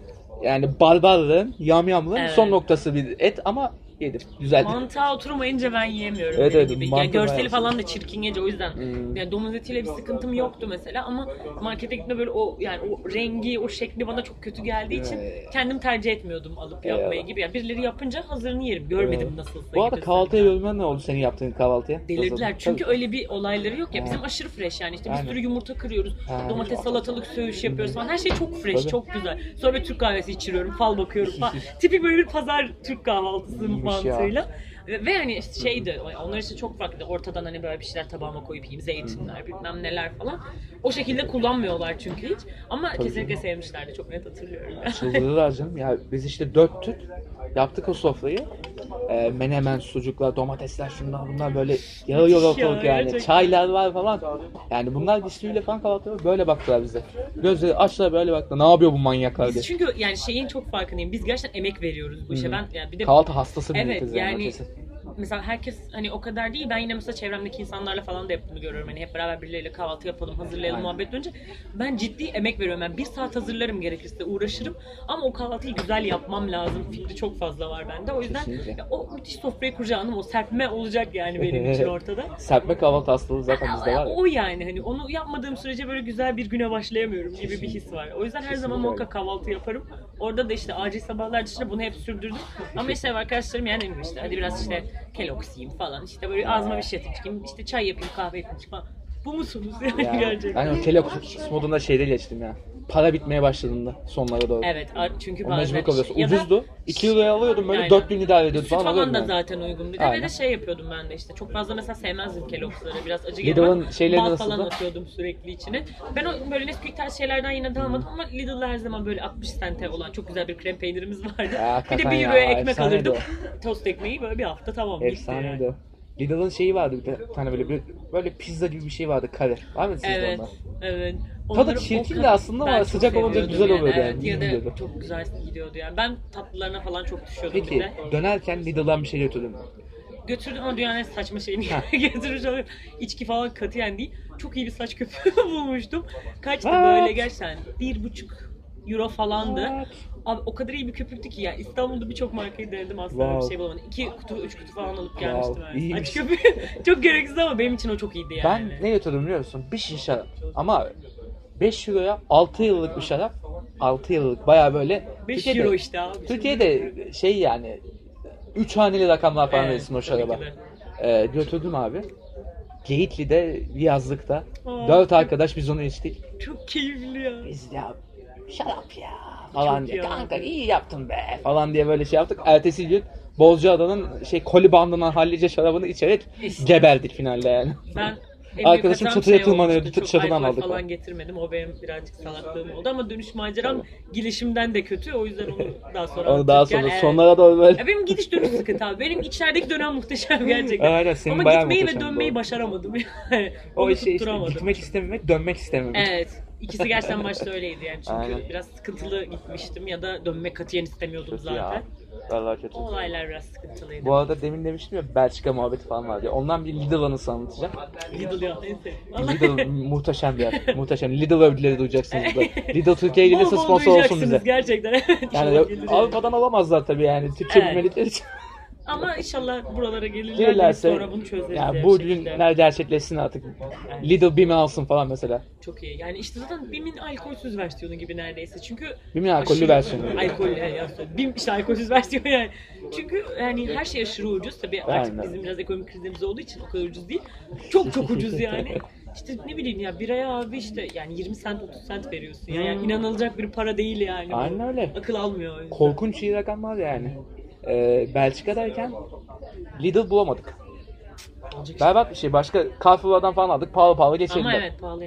yani barbarlığın, yamyamlığın Evet. son noktası bir et ama yedim. Güzeldi. Mantığa oturmayınca ben yiyemiyorum. Evet, dediğim evet, gibi. mantı Yani görseli bayağı falan da çirkin gece o yüzden. Yani domuz etiyle bir sıkıntım yoktu mesela ama markete gittiğimde böyle o yani o rengi, o şekli bana çok kötü geldiği için kendim tercih etmiyordum alıp yapmayı Eyvallah. gibi. Yani birileri yapınca hazırını yerim. Görmedim nasılsa. Bu arada gibi. kahvaltıya bölmen ne oldu senin yaptığın kahvaltıya? Delirdiler. Nasıl? Çünkü Tabii. öyle bir olayları yok ya. Bizim aşırı fresh yani işte bir Aynen. sürü yumurta kırıyoruz. Aynen. Domates, salatalık, söğüş yapıyoruz falan. Her şey çok fresh, Tabii. çok güzel. Sonra Türk kahvesi içiriyorum, fal bakıyorum falan. Tipik böyle bir pazar Türk kahvaltısı İyiymiş ya. mantığıyla. Ve hani şeydi, onlar işte çok farklı. Ortadan hani böyle bir şeyler tabağıma koyup yiyeyim, zeytinler, bilmem neler falan. O şekilde kullanmıyorlar çünkü hiç. Ama kesinlikle sevmişlerdi, çok net hatırlıyorum. Çıldırırlar canım. Ya biz işte 4 Türk yaptık o sofrayı. Menemen, sucuklar, domatesler, şunlar bunlar böyle yağıyor ortalık yani. gerçekten. Çaylar var falan. Yani bunlar bisküviyle falan kahvaltı yapıyor. Böyle baktılar bize. Gözleri açtılar böyle baktılar. Ne yapıyor bu manyaklar diye. Biz çünkü yani şeyin çok farkındayım. Biz gerçekten emek veriyoruz bu işe. Ben yani bir de Kahvaltı hastası bir evet milletiz yani neredeyse. mesela herkes hani o kadar değil. Ben yine mesela çevremdeki insanlarla falan da yaptığımı görüyorum. Hani hep beraber birileriyle kahvaltı yapalım, hazırlayalım muhabbet dönünce. Ben ciddi emek veriyorum. Yani 1 saat hazırlarım gerekirse, uğraşırım. Ama o kahvaltıyı güzel yapmam lazım. Fikri çok fazla var bende. O yüzden ya, o müthiş sofrayı kuracağım. O serpme olacak yani benim için ortada. Serpme kahvaltı hastalığı zaten bizde var ya. O yani hani onu yapmadığım sürece böyle güzel bir güne başlayamıyorum gibi bir his var. O yüzden her zaman muhakkak kahvaltı yaparım. Orada da işte acil sabahlar dışında bunu hep sürdürdüm. Ama işte arkadaşlarım yani işte hadi biraz işte Kellogg's yiyeyim falan. İşte böyle ağzıma bir şey atayım, işte çay yapayım, kahve yapayım falan. Bu musunuz yani gerçekten? Ben o Kellogg's modunda şeyde geçtim ya. Para bitmeye başladığında sonlara doğru. Evet çünkü O bazen mecbur kalıyorsun. ya da Ucuzdu. 2 euroya alıyordum böyle Aynen. 4000 idare ediyordum süt falan da yani. zaten uygun bir de. Aynen. Ve de şey yapıyordum ben de işte çok fazla mesela sevmezdim Kellogg'sları, biraz acı Lidl'ın gelmem. şeyleri Bal nasıldı? falan atıyordum sürekli içine. Ben o böyle Nesquik tarz şeylerden yine de almadım ama Lidl'da her zaman böyle 60 sente olan çok güzel bir krem peynirimiz vardı. Bir de hakikaten 1 ya, euroya ekmek efsaneydi alırdım. Tost ekmeği böyle bir hafta tamam bitti Efsaneydi yani. o. Lidl'ın şeyi vardı bir tane böyle pizza gibi bir şey vardı kare. Var mı sizde Evet, ondan? evet. Tadı Onları çirkin o de aslında ben ama çok sıcak olunca seviyordum güzel oluyordu yani. Evet, iyi ya da gidiyordu. çok güzel gidiyordu yani. Ben tatlılarına falan çok düşüyordum bir Peki de. dönerken Lidl'dan bir şey götürdün mü? Götürdüm ama dünyanın en saçma şeyini götürmüş oluyorum. İçki falan katiyen değil. Çok iyi bir saç köpüğü bulmuştum. Kaçtı böyle gerçekten? 1,5 euro falandı. Abi o kadar iyi bir köpüktü ki ya. İstanbul'da birçok markayı denedim aslında bir şey bulamadım. 2 kutu 3 kutu falan alıp gelmiştim. Yani. Saç köpüğü çok gereksiz ama benim için o çok iyiydi yani. Ben ne götürdüm biliyor musun? Bir şişe şarap. Ama 5 euroya 6 yıllık bir şarap. 6 yıllık baya böyle. 5 euro işte abi. Türkiye'de şey yani 3 haneli rakamlar falan verirsin o tabii şaraba. ki de. Götürdüm abi. Geyikli'de yazlıkta. Aa. 4 arkadaş biz onu içtik. Çok keyifli ya. Biz ya şarap ya falan Çok diye. iyi Kanka abi. iyi yaptın be falan diye böyle şey yaptık. Ertesi gün Bozcaada'nın koli bandından hallice şarabını içerek geberdik finalde yani. Ben Arkadaşım çatıya tırmanıyordu, olmuştu, çok çatıdan alkol aldık falan o. getirmedim. O benim birazcık salaklığım oldu ama dönüş maceram girişimden de kötü. O yüzden onu daha sonra Onu daha anlatırken, sonra evet. sonlara doğru böyle. Ya benim gidiş dönüş sıkıntı abi. Benim içerideki dönem muhteşem gerçekten. Aynen, senin ama bayağı gitmeyi ve muhteşem, dönmeyi doğru. başaramadım yani. O Onu şey işte tutturamadım. gitmek istememek, dönmek istememek. Evet. İkisi gerçekten başta öyleydi yani. Çünkü Aynen. biraz sıkıntılı gitmiştim ya da dönmek katiyen istemiyordum Kötü zaten. ya. Vallahi kötü. O olaylar biraz sıkıntılıydı. Bu arada demin demiştim ya Belçika muhabbeti falan var diye. Ondan bir Lidl anısı anlatacağım. Lidl ya neyse. Lidl muhteşem bir yer. Muhteşem. Lidl övgüleri duyacaksınız da. Lidl Türkiye'ye gelirse Bol bol sponsor olsun bize. duyacaksınız gerçekten. Yani İnşallah gelir yani. Avrupa'dan alamazlar tabii yani. Türkçe Evet. bilmedikleri için. Ama inşallah buralara gelirler de Gelirlerse sonra bunu çözeriz. yani bir bu şekilde. ürünler gerçekleşsin artık. Lidl BİM'i alsın falan mesela. Çok iyi. Yani işte zaten BİM'in alkolsüz versiyonu gibi neredeyse. Çünkü BİM'in alkollü aşırı- versiyonu. Alkollü yani. BİM işte alkolsüz versiyonu yani. Çünkü yani her şey aşırı ucuz. Tabii artık Aynen. bizim biraz ekonomik krizimiz olduğu için o kadar ucuz değil. Çok çok ucuz yani. İşte ne bileyim ya biraya abi işte yani 20 sent 30 sent veriyorsun. Yani inanılacak bir para değil yani. bu. Aynen öyle. Akıl almıyor o yüzden. Korkunç iyi rakamlar yani. Belçika'dayken Lidl bulamadık. Olacak Berbat bir şey. Başka Carrefour'dan falan aldık. Pahalı pahalı işte. geçirdiler. Ama evet pahalı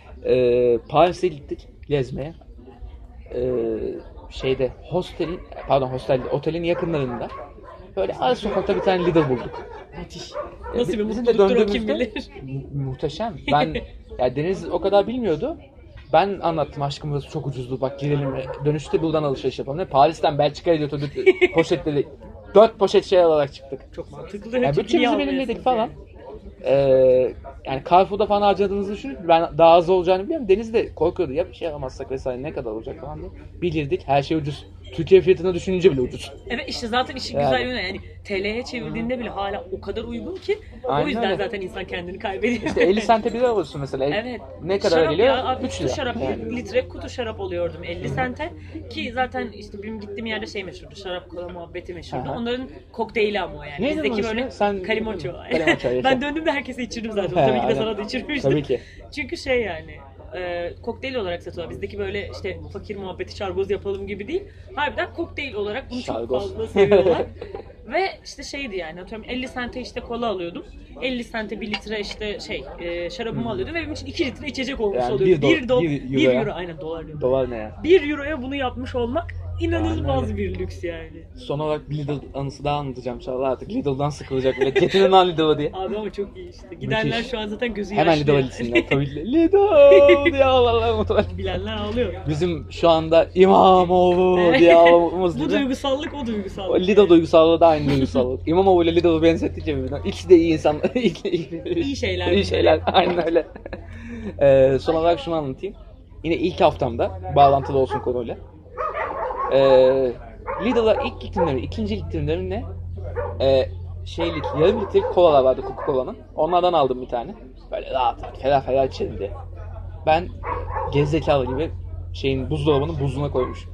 yani. Paris'e gittik gezmeye. Otelin yakınlarında. Böyle ara sokakta bir tane Lidl bulduk. Müthiş. Nasıl bir Bizim de mutluluktur o kim döndüğümüzde bilir. muhteşem. Ben ya Deniz o kadar bilmiyordu. Ben anlattım aşkım burası çok ucuzdu bak girelim dönüşte buradan alışveriş yapalım. Ve Paris'ten Belçika'ya götürdük poşetleri 4 poşet şey alarak çıktık. Çok mantıklı. Yani Çok iyi bütçemizi belirledik anlıyorsunuz falan. yani. Yani Carrefour'da falan harcadığınızı düşünün. Ben daha az olacağını biliyorum. Deniz de korkuyordu ya bir şey alamazsak vesaire ne kadar olacak falan diye. Bilirdik her şey ucuz. Türkiye fiyatına düşününce bile ucuz. Evet işte zaten işin Yani. güzel yönü yani TL'ye çevirdiğinde bile hala o kadar uygun ki Aynen o yüzden öyle. zaten insan kendini kaybediyor. İşte 50 sente bira alıyorsun mesela. Evet. Ne kadar Şarap geliyor? ya, abi, 3 kutu lira. şarap, Yani. 1 litre kutu şarap alıyordum 50 sente. Ki zaten işte benim gittiğim yerde şey meşhurdu, şarap kola muhabbeti meşhurdu. Aha. Onların kokteyli ama o yani. Neydi Bizdeki bunun böyle ismi? Sen- kalimoço. Kalimoço, yaşa. Ben döndüğümde herkese içirdim zaten. He, Tabii ki de aynen. sana da içirmiştim. Tabii ki. Çünkü şey yani kokteyl olarak satıyorlar. Bizdeki böyle işte fakir muhabbeti şargoz yapalım gibi değil. Harbiden kokteyl olarak bunu Şargoz. çok fazla seviyorlar. Ve işte şeydi yani atıyorum 50 sente işte kola alıyordum. 50 sente 1 litre işte şarabımı alıyordum ve benim için 2 litre içecek olmuş Yani oluyordu. bir Bir euroya. euro aynen dolar diyorum. Dolar ne ya? 1 euroya bunu yapmış olmak İnanılmaz bir lüks yani. Son olarak bir Lidl anısı daha anlatacağım Çağla, artık Lidl'dan sıkılacak bile. Getirin lan Lidl'ı diye. Abi ama çok iyi işte. Gidenler Müthiş. şu an zaten gözü Hemen yaşlı. Lidl'a gitsinler tabii. Lidl diye Allah Bilenler ağlıyor. Bizim şu anda İmamoğlu diye ağlamamız Bu gibi. duygusallık o O duygusallık. Lidl duygusallığı da aynı duygusallık. İmamoğlu ile Lidl'ı benzettik ya birbirine. İkisi de iyi insanlar. İyi şeyler. İyi şeyler. Aynen öyle. Son olarak şunu anlatayım. Yine ilk haftamda bağlantılı olsun konuyla. Lidl'a ilk gittiğimde, ikinci gittiğimde ne? Yarım litre kolalar vardı Coca-Cola'nın. Onlardan aldım bir tane. Böyle rahat, ferah içelim diye. Ben gerizekalı gibi buzdolabının buzluğuna koymuşum.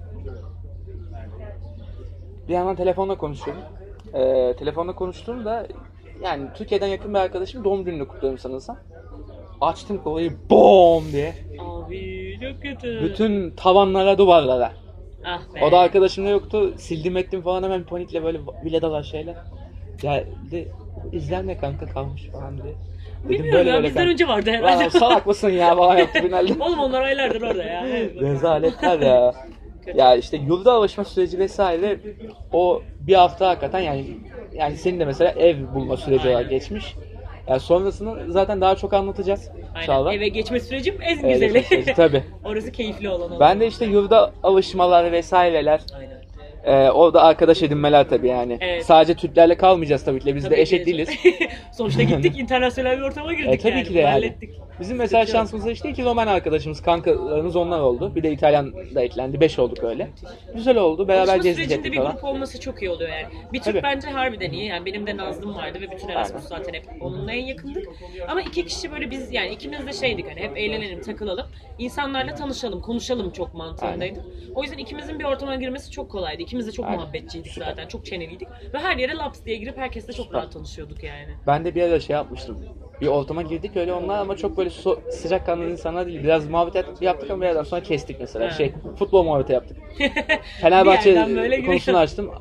Bir yandan telefonla konuşuyorum. Telefonla konuştuğumda yani Türkiye'den yakın bir arkadaşım doğum gününü kutluyorum sanırsam. Açtım kolayı BOOM diye. Abi çok kötü. Bütün tavanlara, duvarlara. Ah be. O da arkadaşımda yoktu. Sildim ettim falan, hemen panikle böyle viledalar şeyler. Ya de, izler ne kanka kalmış falan diye. Bilmiyorum ya, bizden önce vardı herhalde. Lan salak mısın ya falan yaptı finalde. Oğlum onlar aylardır orada ya. Evet. Rezaletler ya. Ya işte yurda alışma süreci vesaire, o bir hafta hakikaten yani senin de mesela ev bulma süreci olarak geçmiş. Yani sonrasını zaten daha çok anlatacağız. Aynen. Eve geçme sürecim en Eve güzeli. geçme süreci, tabii. Orası keyifli olan oldu. Ben de işte yurda alışmalar vesaireler. Aynen. Orada arkadaş edinmeler tabii yani. Evet. Sadece Türklerle kalmayacağız tabii ki. Biz Tabii de eşek ki. değiliz. Sonuçta gittik, internasyonel bir ortama girdik Tabii yani. ki de yani. Hallettik. Bizim mesela şansımız işte 2 Roman arkadaşımız, kankalarımız onlar oldu. Bir de İtalyan da eklendi. 5 olduk öyle. Güzel oldu. Beraber Alışma gezdik sürecinde ettik bir falan. grup olması çok iyi oluyor yani. Bir Türk Tabii. bence harbiden iyi. Yani benim de Nazlım vardı ve bütün Erasmus zaten hep onunla en yakındık. Ama 2 kişi böyle biz yani ikimiz de şeydik hani hep eğlenelim, takılalım. İnsanlarla tanışalım, konuşalım çok mantığındaydık. O yüzden ikimizin bir ortama girmesi çok kolaydı. İkimiz de çok Aynen. muhabbetçiydik zaten. Çok çeneliydik. Ve her yere laps diye girip herkesle çok rahat tanışıyorduk yani. Ben de bir ara şey yapmıştım. Bir ortama girdik öyle onlar ama çok böyle sıcakkanlı insanlar değil. Biraz muhabbet yaptık ama bir yerden sonra kestik mesela. Ha. Futbol muhabbeti yaptık. Bir yerden Fenerbahçe böyle konusunu giriyor. açtım.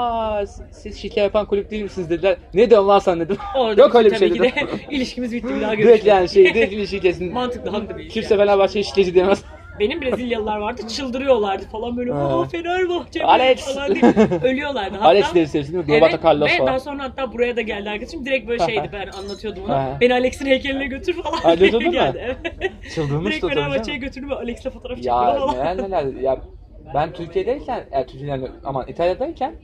Siz şike yapan kulüp değil misiniz dediler. Ne diyorsun lan sen dedim. Orada Yok öyle bir şey tabii dedim. ki de ilişkimiz bitti bir daha Direkt görüşmedik. yani direkt ilişki kesin. Mantıklı, haklı bir iş Kimse yani. Fenerbahçe'ye şikeci diyemez. Benim Brezilyalılar vardı, çıldırıyorlardı falan böyle. Ha. Fenerbahçe Alex! falan diye ölüyorlardı. Hatta, Alex diye sevsin değil mi? Roberto Carlos ve falan. daha sonra hatta buraya da geldi arkadaşım. Direkt böyle şeydi, ben anlatıyordum ona. Ha. Beni Alex'in heykeline götür falan Ha, diye götürdün mü? geldi. Evet. Çıldırmıştı Direkt tabii Fenerbahçe'ye canım. götürdüm ve Alex'le fotoğraf çekiyor Ya falan. neler ya, ben Türkiye'deyken İtalya'dayken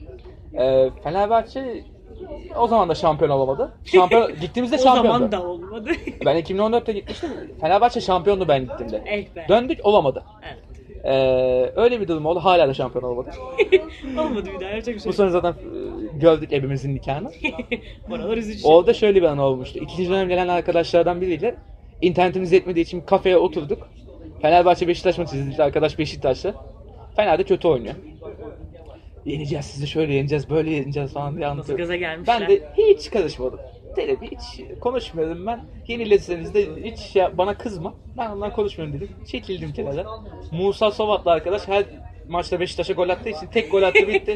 Fenerbahçe o zaman da şampiyon olamadı. Gittiğimizde O zaman şampiyondu. da olmadı. Ben 2014'te gitmiştim. Fenerbahçe şampiyondu ben gittiğimde. Eh be. Döndük olamadı. Evet. Öyle bir durum oldu. Hala da şampiyon olamadı. Olmadı bir daha, yapacak bir şey Bu sene zaten gördük evimizin nikahını. Oralar üzücü. Orada şöyle bir an olmuştu. İkinci dönem gelen arkadaşlardan biriyle internetimiz yetmediği için kafeye oturduk. Fenerbahçe Beşiktaş maçı izledik. Arkadaş Beşiktaşlı. Fener de kötü oynuyor. Yeneceğiz sizi, şöyle yeneceğiz, böyle yeneceğiz falan diye Nasıl anlatıyor. gaza gelmişler. Ben de hiç karışmadım. Dedim hiç konuşmuyorum ben. Yenileseniz de hiç bana kızma. Ben ondan konuşmuyorum dedim. Çekildim kenara. Musa Sovat'la arkadaş her maçta Beşiktaş'a gol attığı için tek gol attı bitti.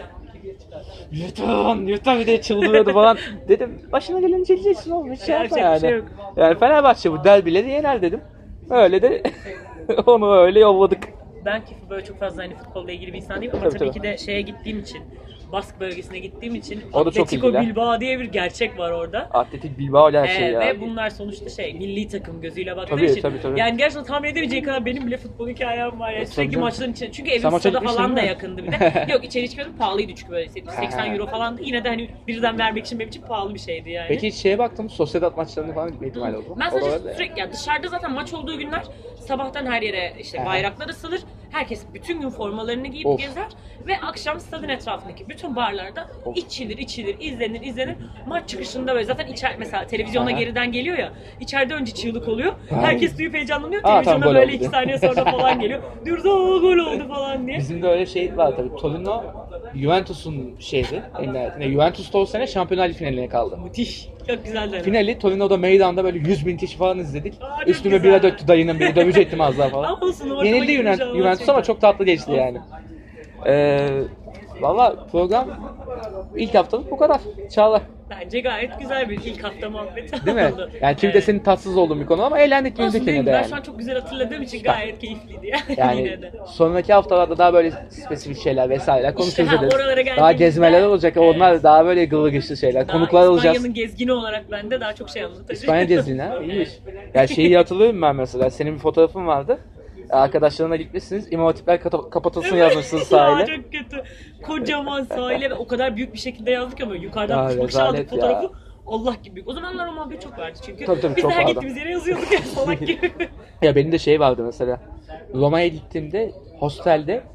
Yutun bir de çıldırıyordu falan. Dedim başına geleni çekeceksin oğlum, hiç şey yapma Yapacak bir şey yani. yok. Yani Fenerbahçe bu derbileri yener dedim. Öyle de onu öyle yolladık. Ben ki böyle çok fazla hani futbolla ilgili bir insan değilim ama Tabii, tabii tabii. ki de şeye gittiğim için, Bask bölgesine gittiğim için O da çok Atletico ilgiler. Bilbao diye bir gerçek var orada. Atletik Bilbao her şey ya. Ve bunlar sonuçta milli takım gözüyle baktığı Tabii, için. tabii. Yani gerçekten tahmin edemeyeceği kadar benim bile futbol hikayem var. Yani sürekli canım. maçların içinde. Çünkü Sen evin maça stada gitmiştin falan da değil mi? yakındı bir de. Yok içeri çıkıyordum, pahalıydı çünkü böyle 80 euro falan. Yine de hani birden vermek için benim için pahalı bir şeydi yani. Peki hiç şeye baktım, Sociedad maçlarına falan gitme ihtimali oldu mu? Ben sadece Oralarda sürekli yani dışarıda zaten maç olduğu günler sabahtan her yere işte bayraklar asılır. Herkes bütün gün formalarını giyip Of. gezer ve akşam stadın etrafındaki bütün barlarda içilir, izlenir. Maç çıkışında böyle zaten mesela televizyona Aha. geriden geliyor ya. İçeride önce çığlık oluyor. Aha. Herkes duyup heyecanlanıyor. Tamam, Televizyonda gol böyle oldu. 2 saniye sonra falan geliyor. Diyoruz o gol oldu falan diye. Bizim de öyle şey var tabii. Torino Juventus'un şehri en nihayetinde. Juventus da o sene Şampiyonlar Ligi finaline kaldı. Müthiş. Çok güzeldi. Finali Torino'da meydanda böyle 100.000 kişi falan izledik. Aa, çok Üstüme güzel. bira döktü dayının biri, dövecektim az daha falan. Ama olsun, ortama Yenildi girmiş olması Juventus çok ama güzel. çok tatlı geçti yani. Valla program ilk haftalık bu kadar. Çağla. Bence gayet güzel bir ilk hafta muhabbeti Değil mi? oldu. Yani çünkü de senin tatsız olduğun bir konu ama eğlendik Olsun güldük değil yine mi? de Ben yani. şu an çok güzel hatırladığım için gayet keyifliydi yani, Yani yine de. sonraki haftalarda daha böyle spesifik şeyler vesaireler konuşuruz ha, ederiz. oralara Daha geldiğimizde- gezmeler olacak. Onlar daha böyle gıllı güçlü şeyler. Daha Konuklar alacağız. İspanya'nın gezgini olarak ben de daha çok şey anlatacağım. İspanya gezdiğin ha? İyiymiş. Ya şeyi hatırlıyorum ben mesela. Senin bir fotoğrafın vardı. Arkadaşlarına gitmişsiniz. İmam Hatipler kapatılsın yazmışsınız Ya sahile. çok kötü. Kocaman sahile ve o kadar büyük bir şekilde yazdık ama yukarıdan Ya, kuş bakışı rezalet aldık fotoğrafı. Allah gibi büyük. O zamanlar o muhabbet çok vardı çünkü. Tabii, Biz çok de her vardı. gittiğimiz yere yazıyorduk ya salak gibi. Ya benim de şey vardı mesela. Roma'ya gittiğimde hostelde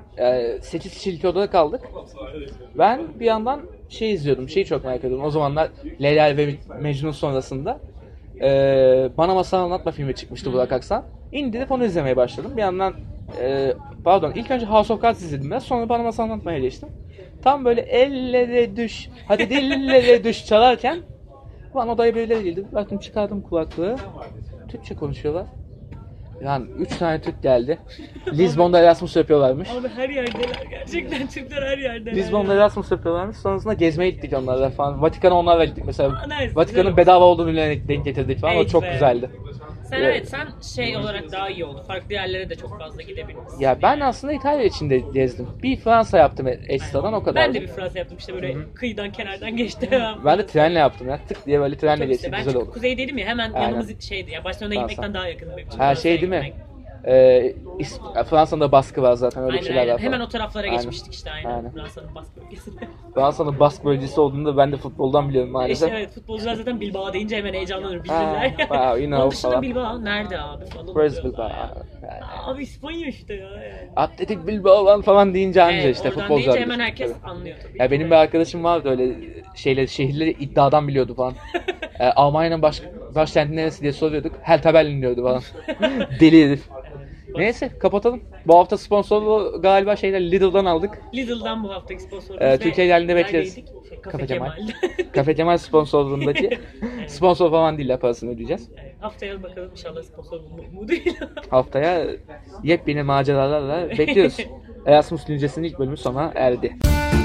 8 kişilik odada kaldık. Ben bir yandan şey izliyordum. Şeyi çok merak ediyordum. O zamanlar Leyla ve Mecnun sonrasında Bana Masal Anlatma filmi çıkmıştı Burak Aksan. İndirip onu izlemeye başladım. Bir yandan ilk önce House of Cards izledim ben. Sonra Bana Masal Anlatmaya geçtim. Tam böyle ellere düş, hadi dillere düş çalarken ulan odaya birileri girdi. Baktım çıkardım kulaklığı. Türkçe konuşuyorlar. Yani 3 tane Türk geldi. Lizbon'da Erasmus yapıyorlarmış. Abi her yerdeler gerçekten Türkler her yerdeler. Lizbon'da Erasmus yapıyorlarmış. Sonrasında gezmeye gittik onlarla falan. Vatikan'a onlarla gittik mesela. Nice, Vatikan'ın güzel. bedava olduğunu denk getirdik falan. O Evet çok be. güzeldi. Sen evet sen şey olarak daha iyi oldu. Farklı yerlere de çok fazla gidebildiniz. Ya ben aslında İtalya içinde gezdim. Bir Fransa yaptım Esta'dan o kadar. Ben de bir Fransa yaptım işte böyle kıyıdan kenardan geçti. Ben de trenle yaptım ya. Tık diye böyle trenle Çok geçtik. işte, ben Güzel çok oldu. kuzeydeydim ya hemen Aynen. yanımız şeydi ya Barcelona'ya Fransa. gitmekten daha yakın benim için. Her Fransa'ya şey değil mi? gitmek. Fransa'da da baskı var zaten öyle Aynen, şeyler aynen. var. Hemen falan. o taraflara Aynen. geçmiştik işte aynen. Aynen. Fransa'nın Bask bölgesine. Fransa'nın Bask bölgesi olduğunu da ben de futboldan biliyorum işte maalesef. evet futbolcular zaten Bilbao deyince hemen heyecanlanır Ha, bilirler. wow, you know Onun dışında falan. Bilbao nerede abi falan. Where's oluyorlar Bilbao? ya. Yani. Abi İspanya işte ya. Atletik Bilbao falan deyince anca Evet, işte oradan futbolcular. deyince hemen bilir. herkes Tabii. anlıyor tabii. Ya benim bir arkadaşım vardı öyle şehirleri iddiadan biliyordu falan. Almanya'nın başkenti neresi diye soruyorduk. Hertha diyordu falan. Deli herif. Neyse kapatalım. Bu hafta sponsorluğu galiba Lidl'dan aldık. Lidl'dan bu haftaki sponsorumuz. Türkiye geldiğinde bekleriz. Kafe Kemal. Cafe Kemal sponsorluğundaki sponsor falan değil, parasını ödeyeceğiz. Haftaya bakalım inşallah sponsor umuduyla. Haftaya yepyeni maceralarla bekliyoruz. Erasmus Güncesi'nin ilk bölümü sona erdi.